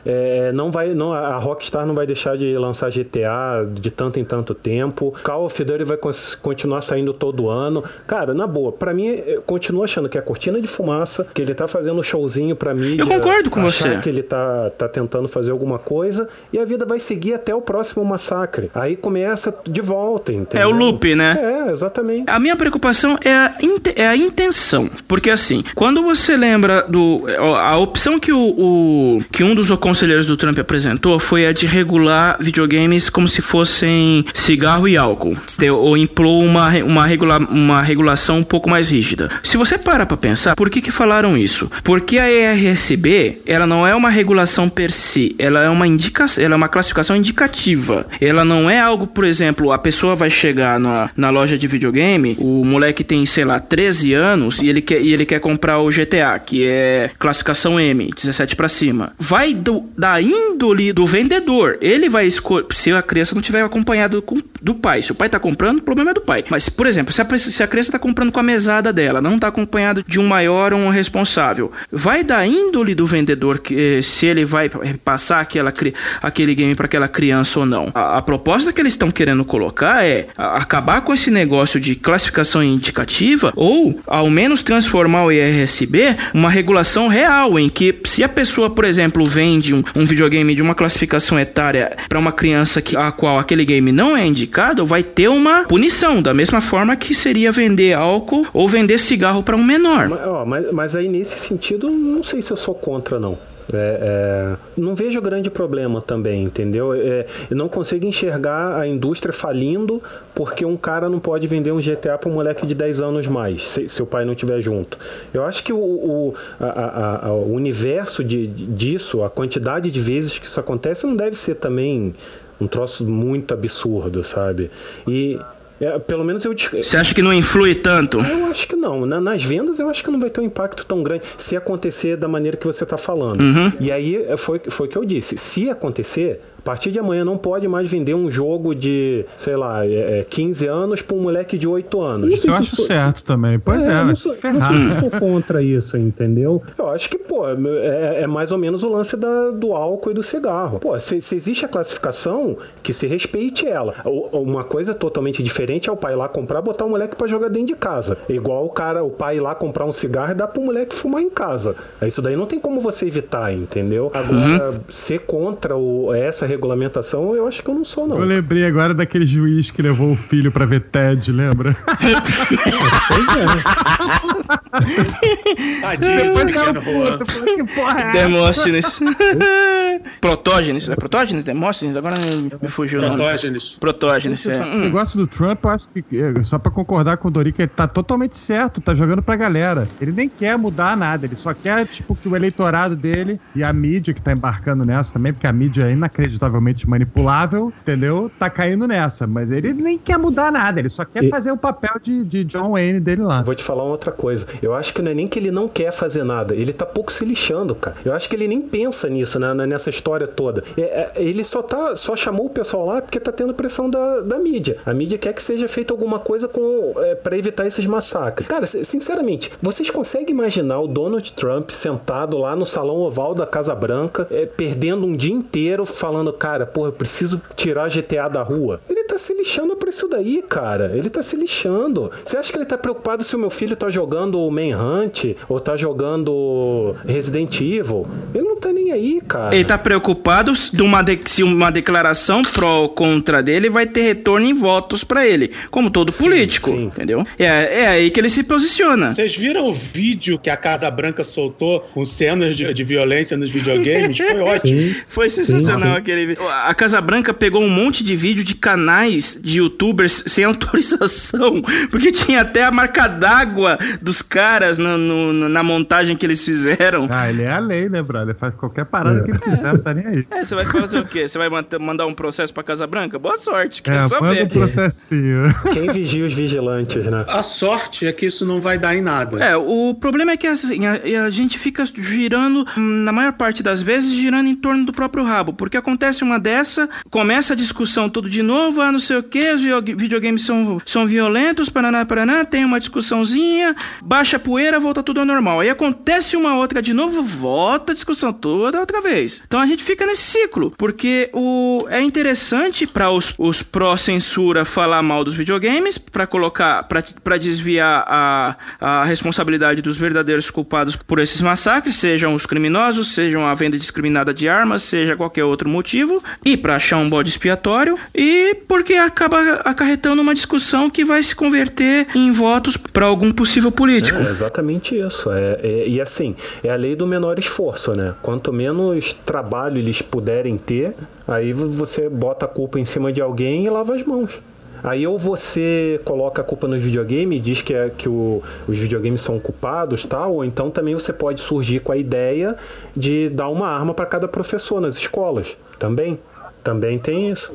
a Rockstar não vai deixar de lançar GTA de tanto em tanto tempo, Call of Duty vai continuar saindo todo ano. Cara, na boa, pra mim, eu continuo achando que é cortina de fumaça, que ele tá fazendo showzinho pra mídia. Eu concordo com você. Que ele tá tentando fazer alguma coisa e a vida vai seguir até o próximo massacre. Aí começa de volta, entendeu? É o loop, né? Exatamente. A minha preocupação é a intenção, porque assim, quando você lembra a opção que um dos conselheiros do Trump apresentou foi a de regular videogames como se fossem cigarro e álcool, ou impor uma regulação um pouco mais rígida. Se você para pra pensar, por que falaram isso? Porque a ERSB, ela não é uma regulação per si, ela é uma classificação indicativa. Ela não é algo, por exemplo, a pessoa vai chegar na loja de videogame, o moleque tem, sei lá, 13 anos e ele quer comprar o GTA, que é classificação M, 17 pra cima. Vai da índole do vendedor. Ele vai escolher, se a criança não tiver acompanhado do pai. Se o pai tá comprando, o problema é do pai. Mas, por exemplo, se a criança tá comprando com a mesada dela, não tá acompanhado de um maior ou um responsável, vai da índole do vendedor se ele vai passar aquele game pra aquela criança ou não. A proposta que eles estão querendo colocar é acabar com esse negócio de classificação indicativa, ou ao menos transformar o IRSB uma regulação real, em que se a pessoa, por exemplo, vende um videogame de uma classificação etária para uma criança a qual aquele game não é indicado, vai ter uma punição, da mesma forma que seria vender álcool ou vender cigarro para um menor. Mas aí nesse sentido, não sei se eu sou contra, não. Não vejo grande problema também, entendeu? Eu não consigo enxergar a indústria falindo porque um cara não pode vender um GTA para um moleque de 10 anos mais, se o pai não estiver junto. Eu acho que o universo disso, a quantidade de vezes que isso acontece, não deve ser também um troço muito absurdo, sabe? Pelo menos Você acha que não influi tanto? Eu acho que não. Nas vendas eu acho que não vai ter um impacto tão grande se acontecer da maneira que você está falando. E aí foi o que eu disse. Se acontecer, a partir de amanhã não pode mais vender um jogo de, sei lá, 15 anos para um moleque de 8 anos. Isso eu acho certo também. Pois vai se ferrar. Eu sou contra isso, entendeu? Eu acho que, é mais ou menos o lance do álcool e do cigarro. Se existe a classificação, que se respeite ela. Uma coisa totalmente diferente é o pai ir lá comprar, botar o moleque para jogar dentro de casa. Igual o pai ir lá comprar um cigarro e dar pro moleque fumar em casa. Isso daí não tem como você evitar, entendeu? Agora, ser contra essa regulamentação, eu acho que eu não sou, não. Eu lembrei agora daquele juiz que levou o filho pra ver Ted, lembra? Pois Tadinho, depois ficaram puto, que porra é essa? Demóstenes. Protógenes. É Protógenes? Demóstenes? Agora me fugiu o nome. Protógenes. Esse negócio do Trump, eu acho que, só pra concordar com o Dorico, ele tá totalmente certo, tá jogando pra galera. Ele nem quer mudar nada, ele só quer, tipo, que o eleitorado dele e a mídia que tá embarcando nessa também, porque a mídia é inacreditavelmente manipulável, entendeu? Tá caindo nessa, mas ele nem quer mudar nada, ele só quer fazer o papel de John Wayne dele lá. Vou te falar uma outra coisa. Eu acho que não é nem que ele não quer fazer nada, ele tá pouco se lixando, cara. Eu acho que ele nem pensa nisso, né, nessa história toda. Ele só chamou o pessoal lá porque tá tendo pressão da mídia. A mídia quer que seja feita alguma coisa pra evitar esses massacres. Cara, sinceramente, vocês conseguem imaginar o Donald Trump sentado lá no salão oval da Casa Branca, perdendo um dia inteiro falando, cara, porra, eu preciso tirar GTA da rua? Ele tá se lixando pra isso daí, cara. Ele tá se lixando. Você acha que ele tá preocupado se o meu filho tá jogando o Manhunt ou tá jogando Resident Evil? Ele não tá nem aí, cara. Ele tá preocupado se uma declaração pró ou contra dele vai ter retorno em votos pra ele, como todo político, entendeu? É aí que ele se posiciona. Vocês viram o vídeo que a Casa Branca soltou com cenas de violência nos videogames? Foi ótimo. Sim. Foi sensacional aquele vídeo. A Casa Branca pegou um monte de vídeo de canais de youtubers sem autorização, porque tinha até a marca d'água dos caras na montagem que eles fizeram. Ele é a lei, né, brother? Ele faz qualquer parada que ele quiser, tá nem aí. Você vai fazer o quê? Você vai mandar um processo pra Casa Branca? Boa sorte, quer só manda ver. um processinho. Quem vigia os vigilantes, né? A sorte é que isso não vai dar em nada. O problema é que assim, a gente fica girando, na maior parte das vezes, girando em torno do próprio rabo, porque acontece uma dessa, começa a discussão tudo de novo, não sei o que, os videogames são violentos, paraná, tem uma discussãozinha, baixa a poeira, volta tudo ao normal. Aí acontece uma outra de novo, volta a discussão toda outra vez. Então a gente fica nesse ciclo, porque é interessante para os pró-censura falar mal dos videogames, para desviar a responsabilidade dos verdadeiros culpados por esses massacres, sejam os criminosos, sejam a venda indiscriminada de armas, seja qualquer outro motivo, e para achar um bode expiatório, e porque acaba acarretando uma discussão que vai se converter em votos para algum possível político. É exatamente isso. E assim, é a lei do menor esforço, né? Quanto menos trabalho eles puderem ter, aí você bota a culpa em cima de alguém e lava as mãos. Aí ou você coloca a culpa nos videogames e diz que os videogames são culpados, tal, ou então também você pode surgir com a ideia de dar uma arma para cada professor nas escolas. Também tem isso.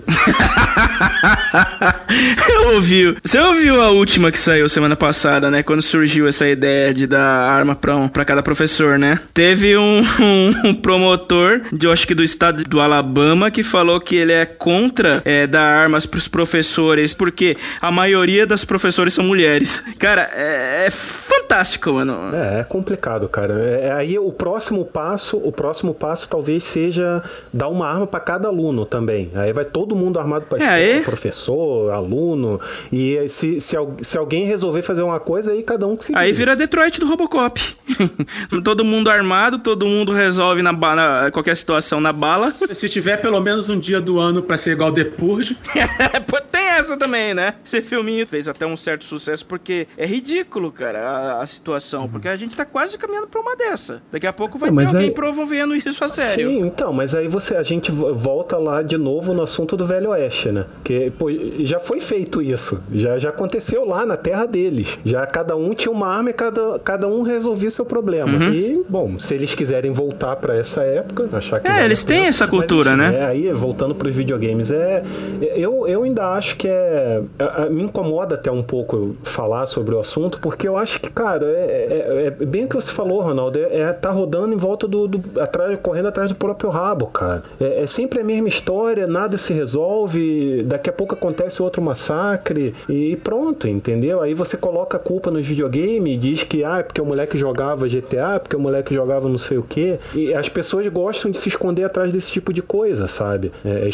Você ouviu a última que saiu semana passada, né? Quando surgiu essa ideia de dar arma pra cada professor, né? Teve um promotor, eu acho que do estado do Alabama, que falou que ele é contra dar armas pros professores, porque a maioria das professores são mulheres. Cara, é fantástico, mano. É complicado, cara. Aí o próximo passo talvez seja dar uma arma pra cada aluno também. Aí vai todo mundo armado pra escola, professor, aluno, e se alguém resolver fazer uma coisa, aí cada um que se Aí vira Detroit do Robocop. Todo mundo armado, todo mundo resolve qualquer situação na bala. Se tiver pelo menos um dia do ano pra ser igual The Purge. Tem essa também, né? Esse filminho fez até um certo sucesso porque é ridículo, cara, a situação, porque a gente tá quase caminhando pra uma dessa. Daqui a pouco vai ter alguém promovendo isso a sério. Sim, então, mas aí a gente volta lá de novo no assunto do Velho Oeste, né? Que já foi feito isso. Já aconteceu lá na terra deles. Já cada um tinha uma arma e cada um resolvia seu problema. Uhum. E, bom, se eles quiserem voltar pra essa época, achar que eles têm essa cultura, mas, enfim, né? Aí, voltando pros videogames, eu ainda acho que me incomoda até um pouco falar sobre o assunto, porque eu acho que, cara, é bem o que você falou, Ronaldo, tá rodando em volta correndo atrás do próprio rabo, cara. É sempre a mesma história, nada se resolve, daqui a pouco acontece outro massacre e pronto, entendeu? Aí você coloca a culpa nos videogames e diz que porque o moleque jogava GTA, porque o moleque jogava não sei o quê, e as pessoas gostam de se esconder atrás desse tipo de coisa, sabe?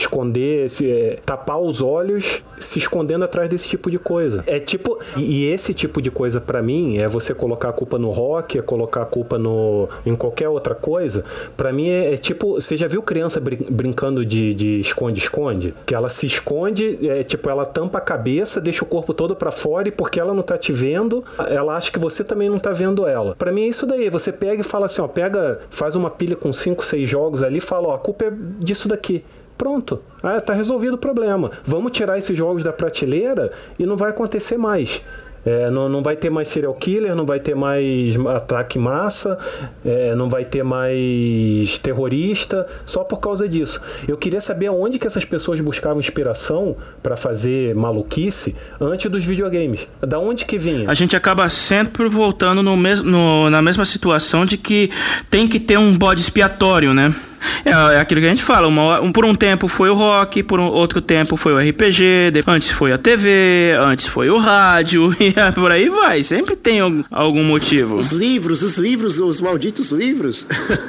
Tapar os olhos se escondendo atrás desse tipo de coisa. E esse tipo de coisa pra mim é você colocar a culpa no rock, é colocar a culpa em qualquer outra coisa. Pra mim é tipo, você já viu criança brincando de esconde-esconde? Que ela se esconde onde, tipo, ela tampa a cabeça, deixa o corpo todo pra fora e porque ela não tá te vendo, ela acha que você também não tá vendo ela. Pra mim é isso daí, você pega e fala assim, ó, faz uma pilha com 5, 6 jogos ali e fala, ó, a culpa é disso daqui. Pronto, tá resolvido o problema. Vamos tirar esses jogos da prateleira e não vai acontecer mais. Não vai ter mais serial killer, não vai ter mais ataque em massa, não vai ter mais terrorista, só por causa disso. Eu queria saber aonde que essas pessoas buscavam inspiração para fazer maluquice antes dos videogames. Da onde que vinha? A gente acaba sempre voltando na mesma situação de que tem que ter um bode expiatório, né? É aquilo que a gente fala, por um tempo foi o rock, por outro tempo foi o RPG, antes foi a TV, antes foi o rádio, e por aí vai, sempre tem algum motivo. Os livros, os malditos livros.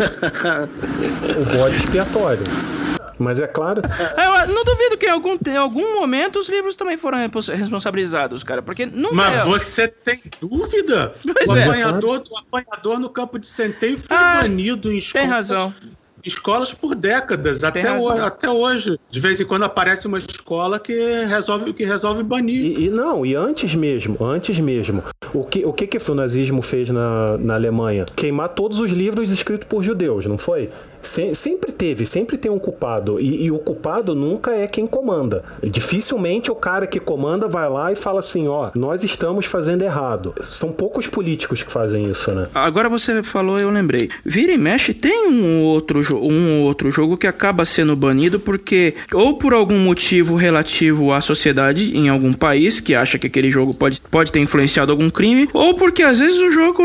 O bode expiatório. Mas é claro... Eu não duvido que em algum momento os livros também foram responsabilizados, cara, porque nunca... Mas você tem dúvida? Pois o apanhador no campo de centeio foi banido em escolas... Tem razão. Escolas por décadas, até hoje. De vez em quando aparece uma escola que resolve banir. E antes mesmo. O que o nazismo fez na Alemanha? Queimar todos os livros escritos por judeus, não foi? Sempre tem um culpado. E o culpado nunca é quem comanda. Dificilmente o cara que comanda vai lá e fala assim, ó, nós estamos fazendo errado. São poucos políticos que fazem isso, né? Agora você falou, eu lembrei. Vira e mexe, tem um outro jogo que acaba sendo banido porque ou por algum motivo relativo à sociedade em algum país que acha que aquele jogo pode ter influenciado algum crime, ou porque às vezes o jogo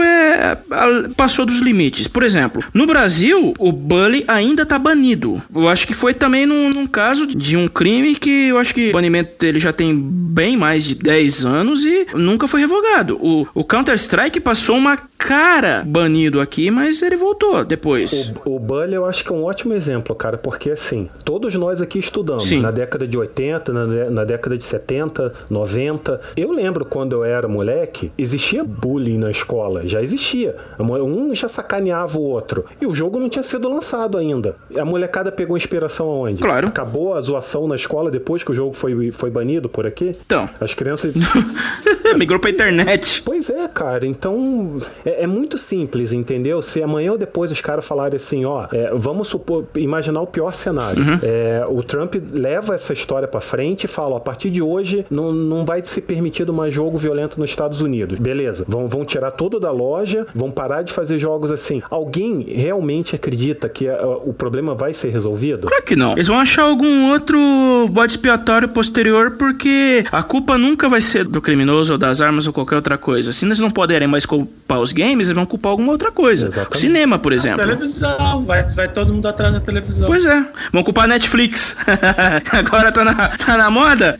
passou dos limites. Por exemplo, no Brasil, o Bully ainda tá banido. Eu acho que foi também num caso de um crime que eu acho que o banimento dele já tem bem mais de 10 anos e nunca foi revogado. O Counter-Strike passou uma cara banido aqui, mas ele voltou depois. O Bully eu acho que é um ótimo exemplo, cara, porque assim, todos nós aqui estudamos. Sim. Na década de 80, na década de 70, 90. Eu lembro quando eu era moleque, existia bullying na escola, já existia. Um já sacaneava o outro. E o jogo não tinha sido lançado ainda. A molecada pegou inspiração aonde? Claro. Acabou a zoação na escola depois que o jogo foi banido por aqui? Então. As crianças... Migrou pra internet. Pois é, cara. Então, é muito simples, entendeu? Se amanhã ou depois os caras falarem assim, ó, vamos imaginar o pior cenário. Uhum. O Trump leva essa história pra frente e fala, ó, a partir de hoje não vai ser permitido mais jogo violento nos Estados Unidos. Beleza. Vão tirar tudo da loja, vão parar de fazer jogos assim. Alguém realmente acredita que o problema vai ser resolvido? Claro que não. Eles vão achar algum outro bode expiatório posterior porque a culpa nunca vai ser do criminoso ou das armas ou qualquer outra coisa. Se eles não puderem mais culpar os games, eles vão culpar alguma outra coisa. Exatamente. O cinema, por exemplo. A televisão. Vai todo mundo atrás da televisão. Pois é. Vão culpar a Netflix. Agora tá na moda.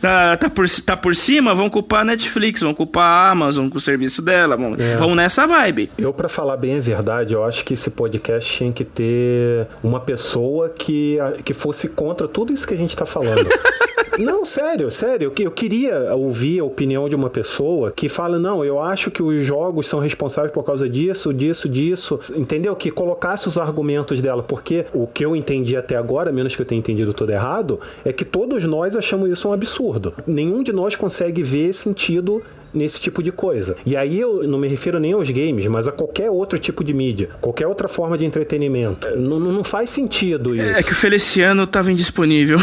Tá por cima, vão culpar a Netflix, vão culpar a Amazon com o serviço dela. Vão nessa vibe. Eu, pra falar bem a verdade, eu acho que esse podcast tinha que ter uma pessoa que fosse contra tudo isso que a gente tá falando. Não, sério. Eu queria ouvir a opinião de uma pessoa que fala, não, eu acho que os jogos são responsáveis por causa disso, entendeu? Que colocasse os argumentos dela, porque o que eu entendi até agora, menos que eu tenha entendido tudo errado, é que todos nós achamos isso um absurdo. Nenhum de nós consegue ver sentido nesse tipo de coisa. E aí eu não me refiro nem aos games, mas a qualquer outro tipo de mídia, qualquer outra forma de entretenimento. Não faz sentido isso. É que o Feliciano tava indisponível.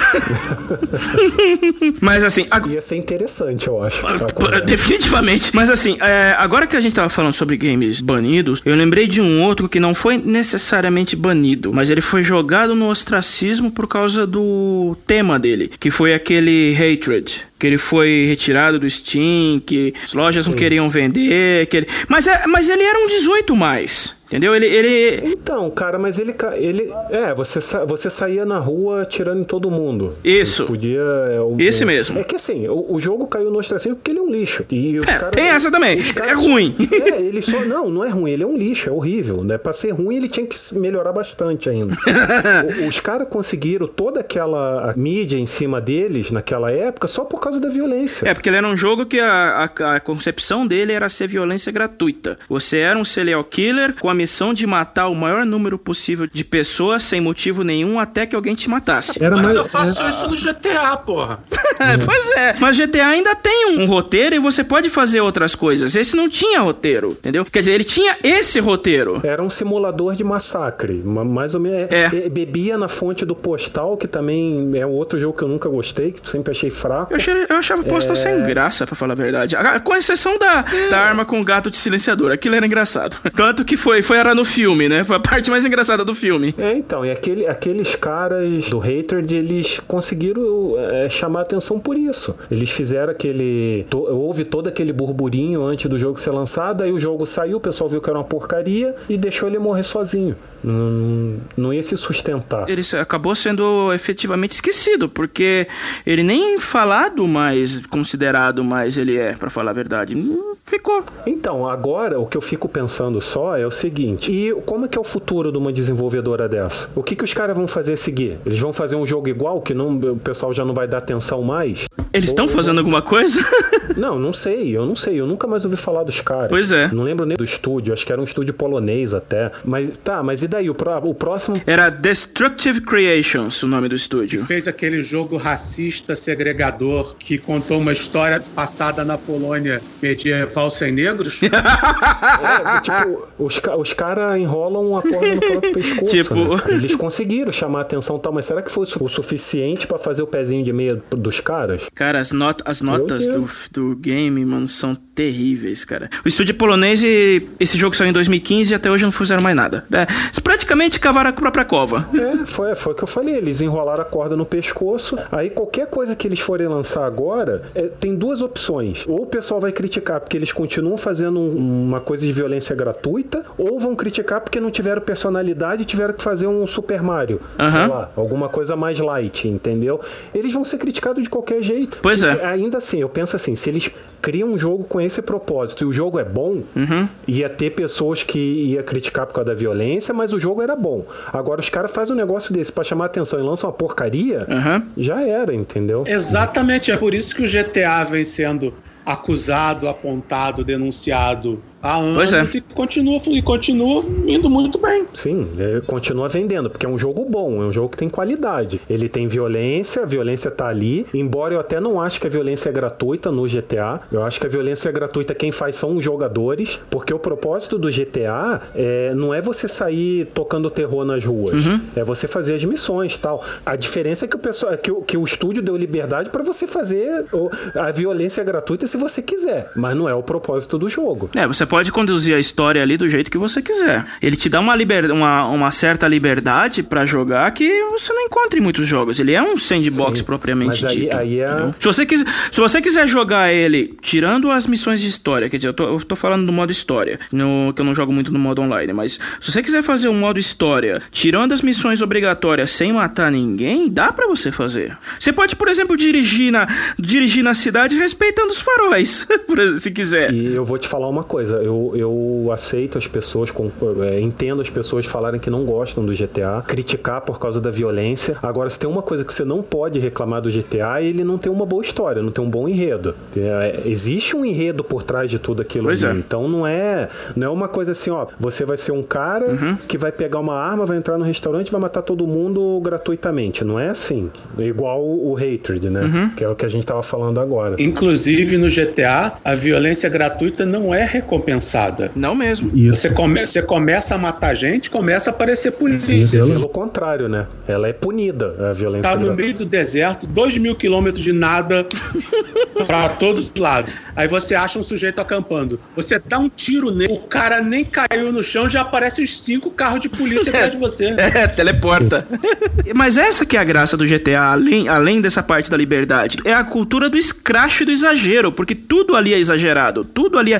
Mas assim... Ia ser interessante, eu acho. Definitivamente. Mas assim, agora que a gente tava falando sobre games banidos, eu lembrei de um outro que não foi necessariamente banido, mas ele foi jogado no ostracismo por causa do tema dele, que foi aquele Hatred. Que ele foi retirado do Steam, que as lojas não queriam vender. Mas ele era um 18+. Entendeu? Então, cara, mas você saía na rua atirando em todo mundo. Isso. Podia... Esse mesmo. É que assim, o jogo caiu no ostracismo porque ele é um lixo. E tem essa também. É ruim. Ele só... Não é ruim. Ele é um lixo, é horrível. Né? Pra ser ruim, ele tinha que melhorar bastante ainda. Os caras conseguiram toda aquela mídia em cima deles naquela época só por causa da violência. Porque ele era um jogo que a concepção dele era ser violência gratuita. Você era um serial killer com a missão de matar o maior número possível de pessoas sem motivo nenhum até que alguém te matasse. Mas eu faço isso no GTA, porra. Pois é, mas GTA ainda tem um roteiro e você pode fazer outras coisas. Esse não tinha roteiro, entendeu? Quer dizer, ele tinha esse roteiro. Era um simulador de massacre, mais ou menos. Bebia na fonte do Postal, que também é outro jogo que eu nunca gostei, que sempre achei fraco. Eu achava o Postal sem graça, pra falar a verdade. Com exceção da arma com o gato de silenciador. Aquilo era engraçado. Tanto que era no filme, né? Foi a parte mais engraçada do filme. Então, e aqueles caras do Hatred, eles conseguiram chamar atenção por isso. Eles fizeram houve todo aquele burburinho antes do jogo ser lançado, aí o jogo saiu, o pessoal viu que era uma porcaria e deixou ele morrer sozinho. Não ia se sustentar. Ele acabou sendo efetivamente esquecido, porque ele nem falado mais, considerado mais ele pra falar a verdade. Ficou. Então, agora, o que eu fico pensando só é o seguinte, e como é que é o futuro de uma desenvolvedora dessa? O que os caras vão fazer a seguir? Eles vão fazer um jogo igual, que o pessoal já não vai dar atenção mais? Eles estão fazendo alguma coisa? Não sei, eu nunca mais ouvi falar dos caras. Pois é. Não lembro nem do estúdio, acho que era um estúdio polonês até. Mas e daí? O próximo... Era Destructive Creations, o nome do estúdio. Fez aquele jogo racista, segregador, que contou uma história passada na Polônia medieval sem negros. Os caras enrolam a corda no próprio pescoço, né? Eles conseguiram chamar a atenção, mas será que foi o suficiente pra fazer o pezinho de meia dos caras? Cara, as notas do game, mano, são terríveis, cara. O estúdio polonês, esse jogo saiu em 2015 e até hoje não fizeram mais nada. Praticamente cavaram a própria cova. Foi o que eu falei. Eles enrolaram a corda no pescoço. Aí qualquer coisa que eles forem lançar agora, tem duas opções. Ou o pessoal vai criticar porque eles continuam fazendo uma coisa de violência gratuita, ou vão criticar porque não tiveram personalidade e tiveram que fazer um Super Mario. Sei lá, alguma coisa mais light, entendeu? Eles vão ser criticados de qualquer jeito. Pois é. Ainda assim, eu penso assim, se eles criam um jogo com esse propósito e o jogo é bom, ia ter pessoas que ia criticar por causa da violência, mas o jogo era bom. Agora os caras fazem um negócio desse pra chamar atenção e lançam uma porcaria, já era, entendeu? Exatamente, é por isso que o GTA vem sendo acusado, apontado, denunciado há anos e continua indo muito bem. Sim, continua vendendo, porque é um jogo bom, é um jogo que tem qualidade. Ele tem violência, a violência tá ali, embora eu até não acho que a violência é gratuita no GTA, eu acho que a violência é gratuita quem faz são os jogadores, porque o propósito do GTA não é você sair tocando terror nas ruas, é você fazer as missões e tal. A diferença é que o estúdio deu liberdade pra você fazer a violência gratuita se você quiser, mas não é o propósito do jogo. Você pode conduzir a história ali do jeito que você quiser. Ele te dá uma certa liberdade pra jogar que você não encontra em muitos jogos. Ele é um sandbox propriamente dito. Aí se você quiser jogar ele tirando as missões de história, quer dizer, eu tô falando do modo história, que eu não jogo muito no modo online, mas se você quiser fazer um modo história tirando as missões obrigatórias sem matar ninguém, dá pra você fazer. Você pode, por exemplo, dirigir na cidade respeitando os faróis, se quiser. E eu vou te falar uma coisa, eu aceito as pessoas, entendo as pessoas falarem que não gostam do GTA, criticar por causa da violência. Agora, se tem uma coisa que você não pode reclamar do GTA, ele não tem uma boa história, não tem um bom enredo. Existe um enredo por trás de tudo aquilo ali. Então não é uma coisa assim, você vai ser um cara que vai pegar uma arma, vai entrar no restaurante e vai matar todo mundo gratuitamente. Não é assim. Igual o Hatred, né? Que é o que a gente tava falando agora. Inclusive no GTA, a violência gratuita não é recompensada. Não mesmo. Você começa a matar gente, começa a aparecer polícia. Pelo contrário, né? Ela é punida, a violência gratuita. No meio do deserto, 2.000 quilômetros de nada pra todos os lados. Aí você acha um sujeito acampando. Você dá um tiro nele, o cara nem caiu no chão, já aparecem os 5 carros de polícia atrás de você. Teleporta. Mas essa que é a graça do GTA, além dessa parte da liberdade, é a cultura do escracho e do exagero, porque tudo ali é exagerado, tudo ali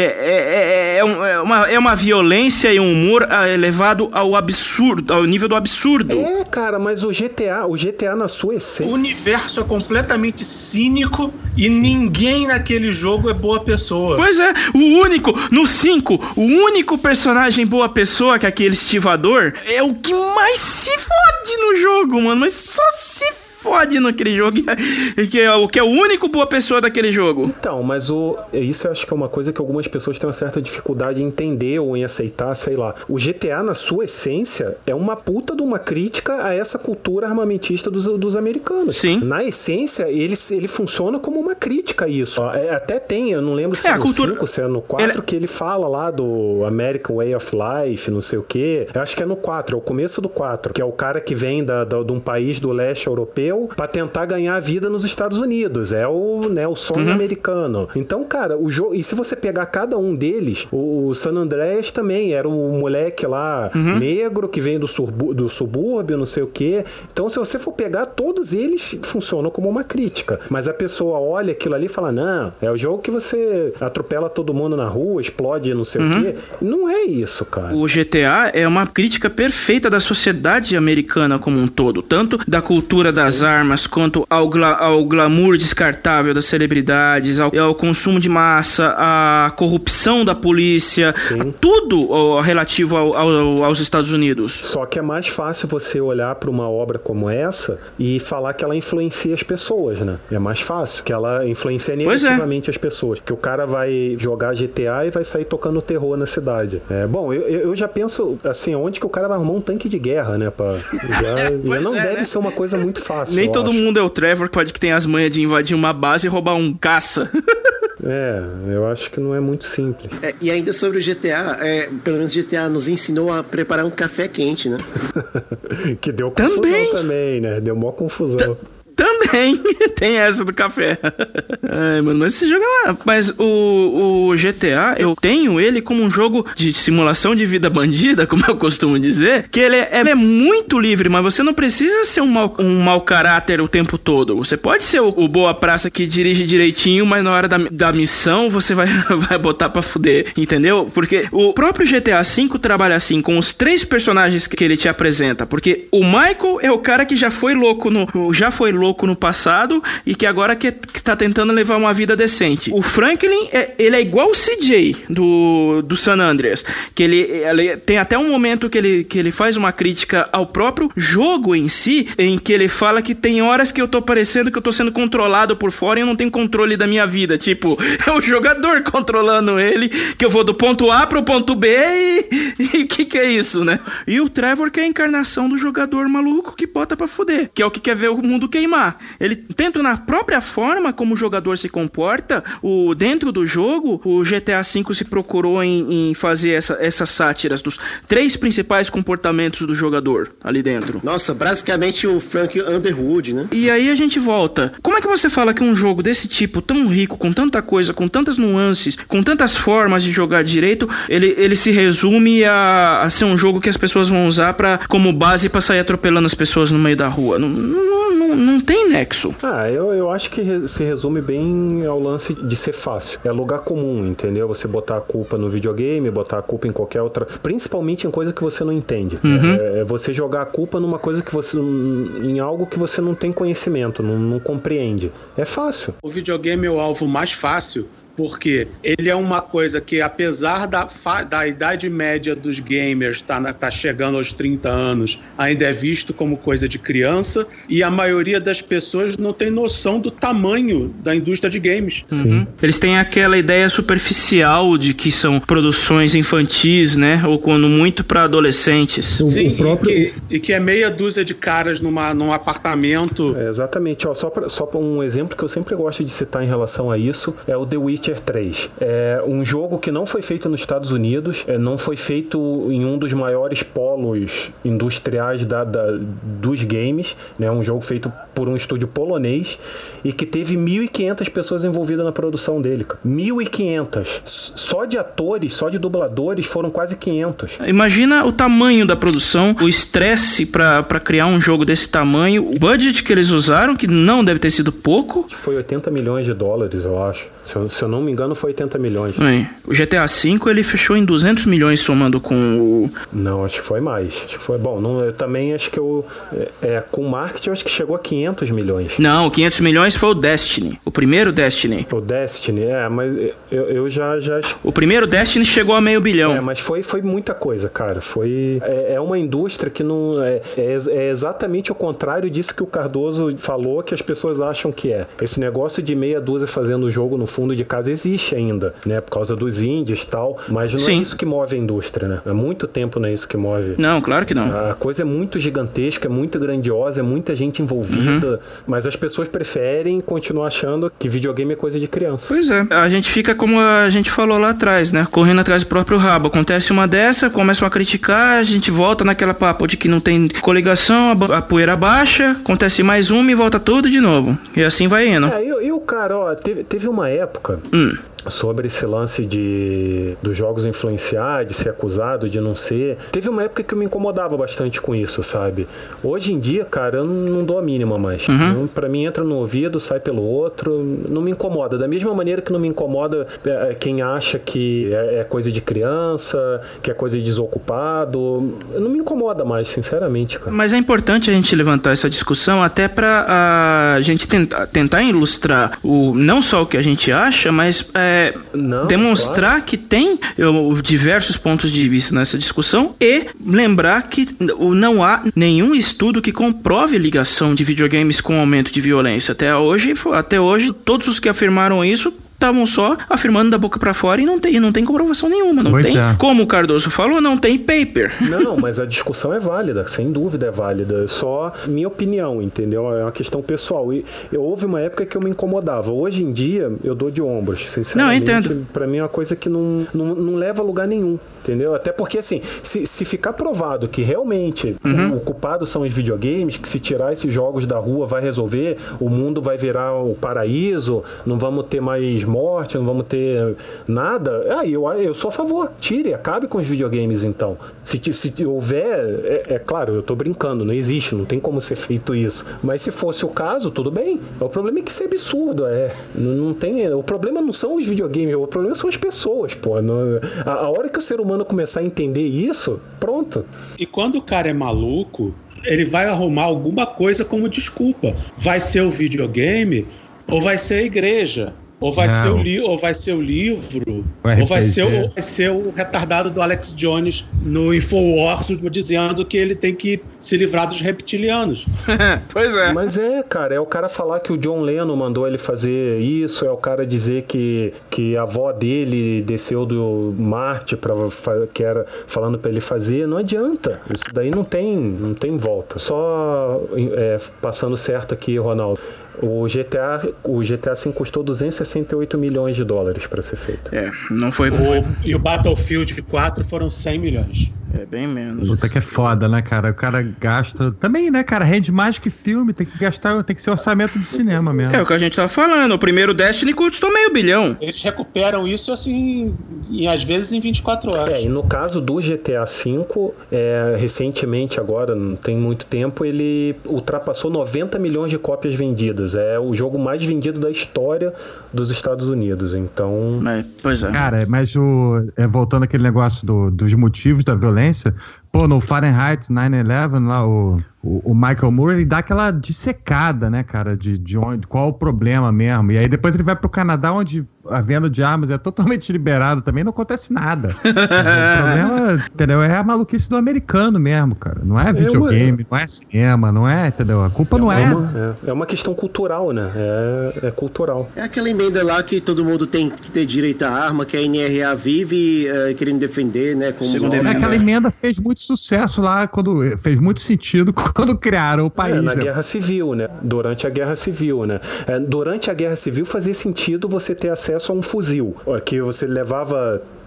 é uma violência e um humor elevado ao absurdo, ao nível do absurdo. Cara, mas o GTA na sua essência... O universo é completamente cínico e ninguém naquele jogo é boa pessoa. Pois é, no 5, o único personagem boa pessoa, que é aquele estivador, é o que mais se fode no jogo, mano, mas só se fode naquele jogo, que é o único boa pessoa daquele jogo. Então, mas isso eu acho que é uma coisa que algumas pessoas têm uma certa dificuldade em entender ou em aceitar, sei lá. O GTA, na sua essência, é uma puta de uma crítica a essa cultura armamentista dos americanos. Sim. Na essência, ele funciona como uma crítica a isso. Até tem, eu não lembro se é no 5, se é no 4, que ele fala lá do American Way of Life, não sei o quê. Eu acho que é no 4, é o começo do 4, que é o cara que vem de um país do leste europeu pra tentar ganhar a vida nos Estados Unidos. É o sonho americano. Então, cara, o jogo... E se você pegar cada um deles, o San Andreas também era um moleque lá negro que vem do subúrbio, não sei o quê. Então, se você for pegar, todos eles funcionam como uma crítica. Mas a pessoa olha aquilo ali e fala, não, é o jogo que você atropela todo mundo na rua, explode não sei o quê. Não é isso, cara. O GTA é uma crítica perfeita da sociedade americana como um todo. Tanto da cultura das armas, quanto ao glamour descartável das celebridades, ao consumo de massa, à corrupção da polícia, tudo relativo aos Estados Unidos. Só que é mais fácil você olhar para uma obra como essa e falar que ela influencia as pessoas, né? É mais fácil, que ela influencia negativamente as pessoas. Que o cara vai jogar GTA e vai sair tocando terror na cidade. Bom, eu já penso, assim, onde que o cara vai arrumar um tanque de guerra, né? Já não deve ser uma coisa muito fácil. Nem todo mundo é o Trevor, que tem as manhas de invadir uma base e roubar um caça. Eu acho que não é muito simples. E ainda sobre o GTA, pelo menos o GTA nos ensinou a preparar um café quente, né? Que deu confusão também, né? Deu mó confusão. Também tem essa do café. Ai, mano, mas esse jogo é... Mas o GTA, eu tenho ele como um jogo de simulação de vida bandida, como eu costumo dizer, que ele é muito livre, mas você não precisa ser um mau caráter o tempo todo. Você pode ser o boa praça que dirige direitinho, mas na hora da missão você vai botar pra fuder, entendeu? Porque o próprio GTA V trabalha assim, com os 3 personagens que ele te apresenta, porque o Michael é o cara que já foi louco no passado e que agora que tá tentando levar uma vida decente. O Franklin, ele é igual o CJ do San Andreas, que ele tem até um momento que ele faz uma crítica ao próprio jogo em si, em que ele fala que tem horas que eu tô parecendo que eu tô sendo controlado por fora e eu não tenho controle da minha vida. Tipo, é o jogador controlando ele, que eu vou do ponto A pro ponto B e que é isso, né? E o Trevor, que é a encarnação do jogador maluco que bota pra fuder, que é o que quer ver o mundo queimar. Ele tenta, na própria forma como o jogador se comporta, dentro do jogo, o GTA V se procurou em fazer essas sátiras dos 3 principais comportamentos do jogador ali dentro. Nossa, basicamente o Frank Underwood, né? E aí a gente volta. Como é que você fala que um jogo desse tipo, tão rico, com tanta coisa, com tantas nuances, com tantas formas de jogar direito, ele se resume a ser um jogo que as pessoas vão usar como base pra sair atropelando as pessoas no meio da rua? Não tem nexo. Eu acho que se resume bem ao lance de ser fácil. É lugar comum, entendeu? Você botar a culpa no videogame, botar a culpa em qualquer outra... Principalmente em coisa que você não entende. É você jogar a culpa numa coisa que você... em algo que você não tem conhecimento, não compreende. É fácil. O videogame é o alvo mais fácil, porque ele é uma coisa que, apesar da idade média dos gamers tá chegando aos 30 anos, ainda é visto como coisa de criança, e a maioria das pessoas não tem noção do tamanho da indústria de games. Sim. Eles têm aquela ideia superficial de que são produções infantis, né? Ou quando muito para adolescentes. Sim, e que é meia dúzia de caras num apartamento. Exatamente. Só para um exemplo que eu sempre gosto de citar em relação a isso, é o The Witcher 3. É um jogo que não foi feito nos Estados Unidos, não foi feito em um dos maiores polos industriais dos games, né? Um jogo feito por um estúdio polonês e que teve 1.500 pessoas envolvidas na produção dele. 1.500. Só de atores, só de dubladores foram quase 500. Imagina o tamanho da produção, o estresse pra criar um jogo desse tamanho, o budget que eles usaram, que não deve ter sido pouco. Foi $80 milhões, eu acho. Se eu não me engano, foi 80 milhões. O GTA V, ele fechou em 200 milhões somando com o... Não, acho que foi mais. Acho que foi... Bom, eu também acho que com o marketing, eu acho que chegou a 500 milhões. Não, 500 milhões foi o Destiny. O primeiro Destiny. O Destiny, mas eu já... O primeiro Destiny chegou a $500 milhão. Mas foi muita coisa, cara. É uma indústria que não... É exatamente o contrário disso que o Cardoso falou, que as pessoas acham que é. Esse negócio de meia dúzia fazendo o jogo no fundo de casa existe ainda, né? Por causa dos indies e tal, mas não é isso que move a indústria, né? Há muito tempo não é isso que move. Não, claro que não. A coisa é muito gigantesca, é muito grandiosa, é muita gente envolvida, mas as pessoas preferem continuar achando que videogame é coisa de criança. Pois é. A gente fica como a gente falou lá atrás, né? Correndo atrás do próprio rabo. Acontece uma dessa, começam a criticar, a gente volta naquela papo de que não tem coligação, a poeira baixa, acontece mais uma e volta tudo de novo. E assim vai indo. E o cara, teve uma época... sobre esse lance dos jogos influenciar, de ser acusado, de não ser. Teve uma época que eu me incomodava bastante com isso, sabe? Hoje em dia, cara, eu não dou a mínima mais. Pra mim, entra no ouvido, sai pelo outro. Não me incomoda. Da mesma maneira que não me incomoda quem acha que é coisa de criança, que é coisa de desocupado. Não me incomoda mais, sinceramente, cara. Mas é importante a gente levantar essa discussão até pra a gente tentar ilustrar não só o que a gente acha, mas demonstrar que tem diversos pontos de vista nessa discussão e lembrar que não há nenhum estudo que comprove ligação de videogames com aumento de violência. Até hoje, todos os que afirmaram isso estavam só afirmando da boca pra fora e não tem comprovação nenhuma. Como o Cardoso falou, não tem paper. Não, mas a discussão é válida, sem dúvida é válida. Só minha opinião, entendeu? É uma questão pessoal. E houve uma época que eu me incomodava. Hoje em dia, eu dou de ombros. Sinceramente, não, eu entendo. Pra mim é uma coisa que não leva a lugar nenhum. Entendeu? Até porque, assim, se ficar provado que realmente o culpado são os videogames, que se tirar esses jogos da rua vai resolver, o mundo vai virar o paraíso, não vamos ter mais morte, não vamos ter nada, eu sou a favor. Tire, acabe com os videogames, então. Se houver, é claro, eu tô brincando, não existe, não tem como ser feito isso. Mas se fosse o caso, tudo bem. O problema é que isso é absurdo, não tem... O problema não são os videogames, o problema são as pessoas, pô. A hora que o ser humano começar a entender isso, pronto. E quando o cara é maluco, ele vai arrumar alguma coisa como desculpa. Vai ser o videogame ou vai ser a igreja. Ou vai ser o livro, ou vai ser o retardado do Alex Jones no Infowars dizendo que ele tem que se livrar dos reptilianos. Pois é. Mas cara, é o cara falar que o John Lennon mandou ele fazer isso, é o cara dizer que a avó dele desceu do Marte que era falando pra ele fazer, não adianta. Isso daí não tem volta. Só passando certo aqui, Ronaldo. O GTA V custou $268 milhões para ser feito. Não foi... E o Battlefield 4 foram 100 milhões. É bem menos. Puta que é foda, né, cara? O cara gasta... Também, né, cara? Rende mais que filme. Tem que ser orçamento de cinema mesmo. É o que a gente tava falando. O primeiro Destiny custou $500 milhão. Eles recuperam isso, assim, às vezes em 24 horas. E no caso do GTA V, recentemente agora, não tem muito tempo, ele ultrapassou 90 milhões de cópias vendidas. É o jogo mais vendido da história dos Estados Unidos. Então... Pois é. Cara, mas voltando àquele negócio dos motivos da violência, pô, no Fahrenheit 9/11, lá, o Michael Moore, ele dá aquela dissecada, né, cara, de qual o problema mesmo. E aí depois ele vai pro Canadá, onde a venda de armas é totalmente liberada também, não acontece nada. O problema, entendeu? É a maluquice do americano mesmo, cara. Não é videogame, não é cinema, não é, entendeu? A culpa não é. É uma questão cultural, né? É cultural. É aquela emenda lá que todo mundo tem que ter direito à arma, que a NRA vive querendo defender, né? Aquela emenda fez muito sucesso lá, fez muito sentido quando criaram o país. Na Guerra Civil, né? Durante a Guerra Civil, né? Durante a Guerra Civil fazia sentido você ter acesso a um fuzil, que você levava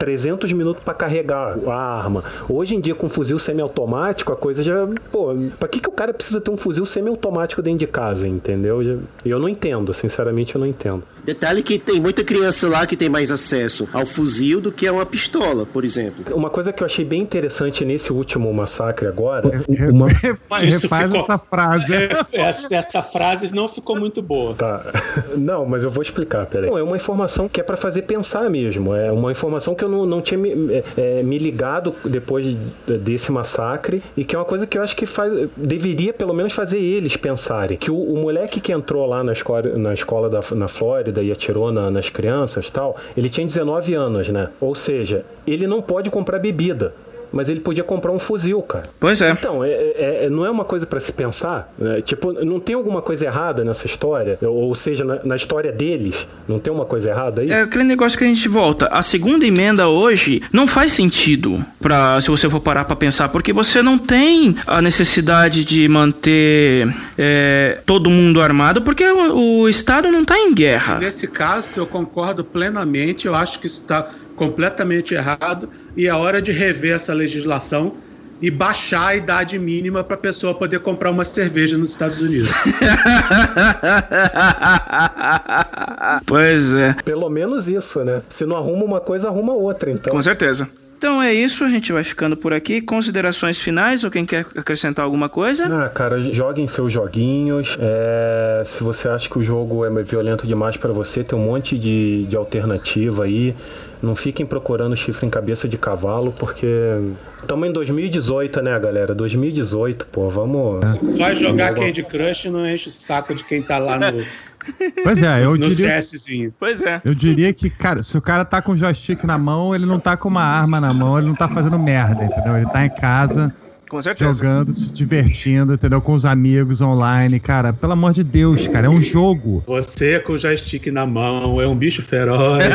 300 minutos pra carregar a arma. Hoje em dia, com fuzil semiautomático, a coisa já... Pô, pra que o cara precisa ter um fuzil semiautomático dentro de casa, entendeu? Eu não entendo, sinceramente eu não entendo. Detalhe que tem muita criança lá que tem mais acesso ao fuzil do que a uma pistola, por exemplo. Uma coisa que eu achei bem interessante nesse último massacre agora... Refaz essa frase. Essa frase não ficou muito boa. Tá. Não, mas eu vou explicar, peraí. É uma informação que é pra fazer pensar mesmo. É uma informação que eu não tinha me ligado depois desse massacre e que é uma coisa que eu acho que deveria pelo menos fazer eles pensarem. Que o moleque que entrou lá na escola na Flórida e atirou nas crianças e tal, ele tinha 19 anos, né? Ou seja, ele não pode comprar bebida. Mas ele podia comprar um fuzil, cara. Pois é. Então, não é uma coisa pra se pensar? Né? Tipo, não tem alguma coisa errada nessa história? Ou seja, na história deles, não tem uma coisa errada aí? É aquele negócio que a gente volta. A segunda emenda hoje não faz sentido se você for parar pra pensar, porque você não tem a necessidade de manter todo mundo armado, porque o Estado não tá em guerra. Nesse caso, eu concordo plenamente. Eu acho que isso está completamente errado e é hora de rever essa legislação e baixar a idade mínima para a pessoa poder comprar uma cerveja nos Estados Unidos. Pois é. Pelo menos isso, né? Se não arruma uma coisa, arruma outra, então. Com certeza. Então é isso, a gente vai ficando por aqui. Considerações finais ou quem quer acrescentar alguma coisa? Cara, joguem seus joguinhos. Se você acha que o jogo é violento demais pra você, tem um monte de alternativa aí. Não fiquem procurando chifre em cabeça de cavalo, porque estamos em 2018, né, galera? 2018, pô, vamos... Vai jogar Candy Crush e não enche o saco de quem tá lá no... Pois é, eu no diria... CSzinho. Pois é. Eu diria que, cara, se o cara tá com o joystick na mão, ele não tá com uma arma na mão, ele não tá fazendo merda, entendeu? Ele tá em casa... Com certeza. Jogando, se divertindo, entendeu? Com os amigos online, cara. Pelo amor de Deus, cara, é um jogo. Você com o joystick na mão é um bicho feroz.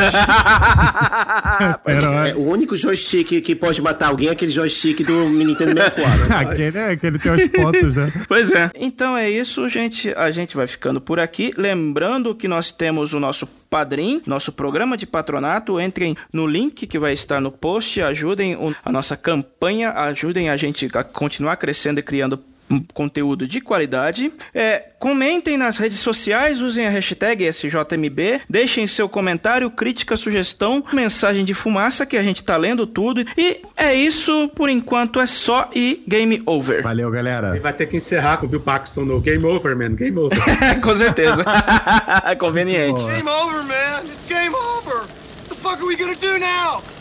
O único joystick que pode matar alguém é aquele joystick do Nintendo 64. Aquele tem os pontos, né? Pois é. Então é isso, gente. A gente vai ficando por aqui. Lembrando que nós temos o nosso Padrim, nosso programa de patronato. Entrem no link que vai estar no post, ajudem a nossa campanha, ajudem a gente a continuar crescendo e criando conteúdo de qualidade. Comentem nas redes sociais, usem a hashtag SJMB, deixem seu comentário, crítica, sugestão, mensagem de fumaça, que a gente tá lendo tudo. E é isso, por enquanto é só e game over. Valeu, galera. E vai ter que encerrar com o Bill Paxton no Game Over, man. Game over. Com certeza. Conveniente. Game over, man. It's game over. What the fuck are we gonna do now?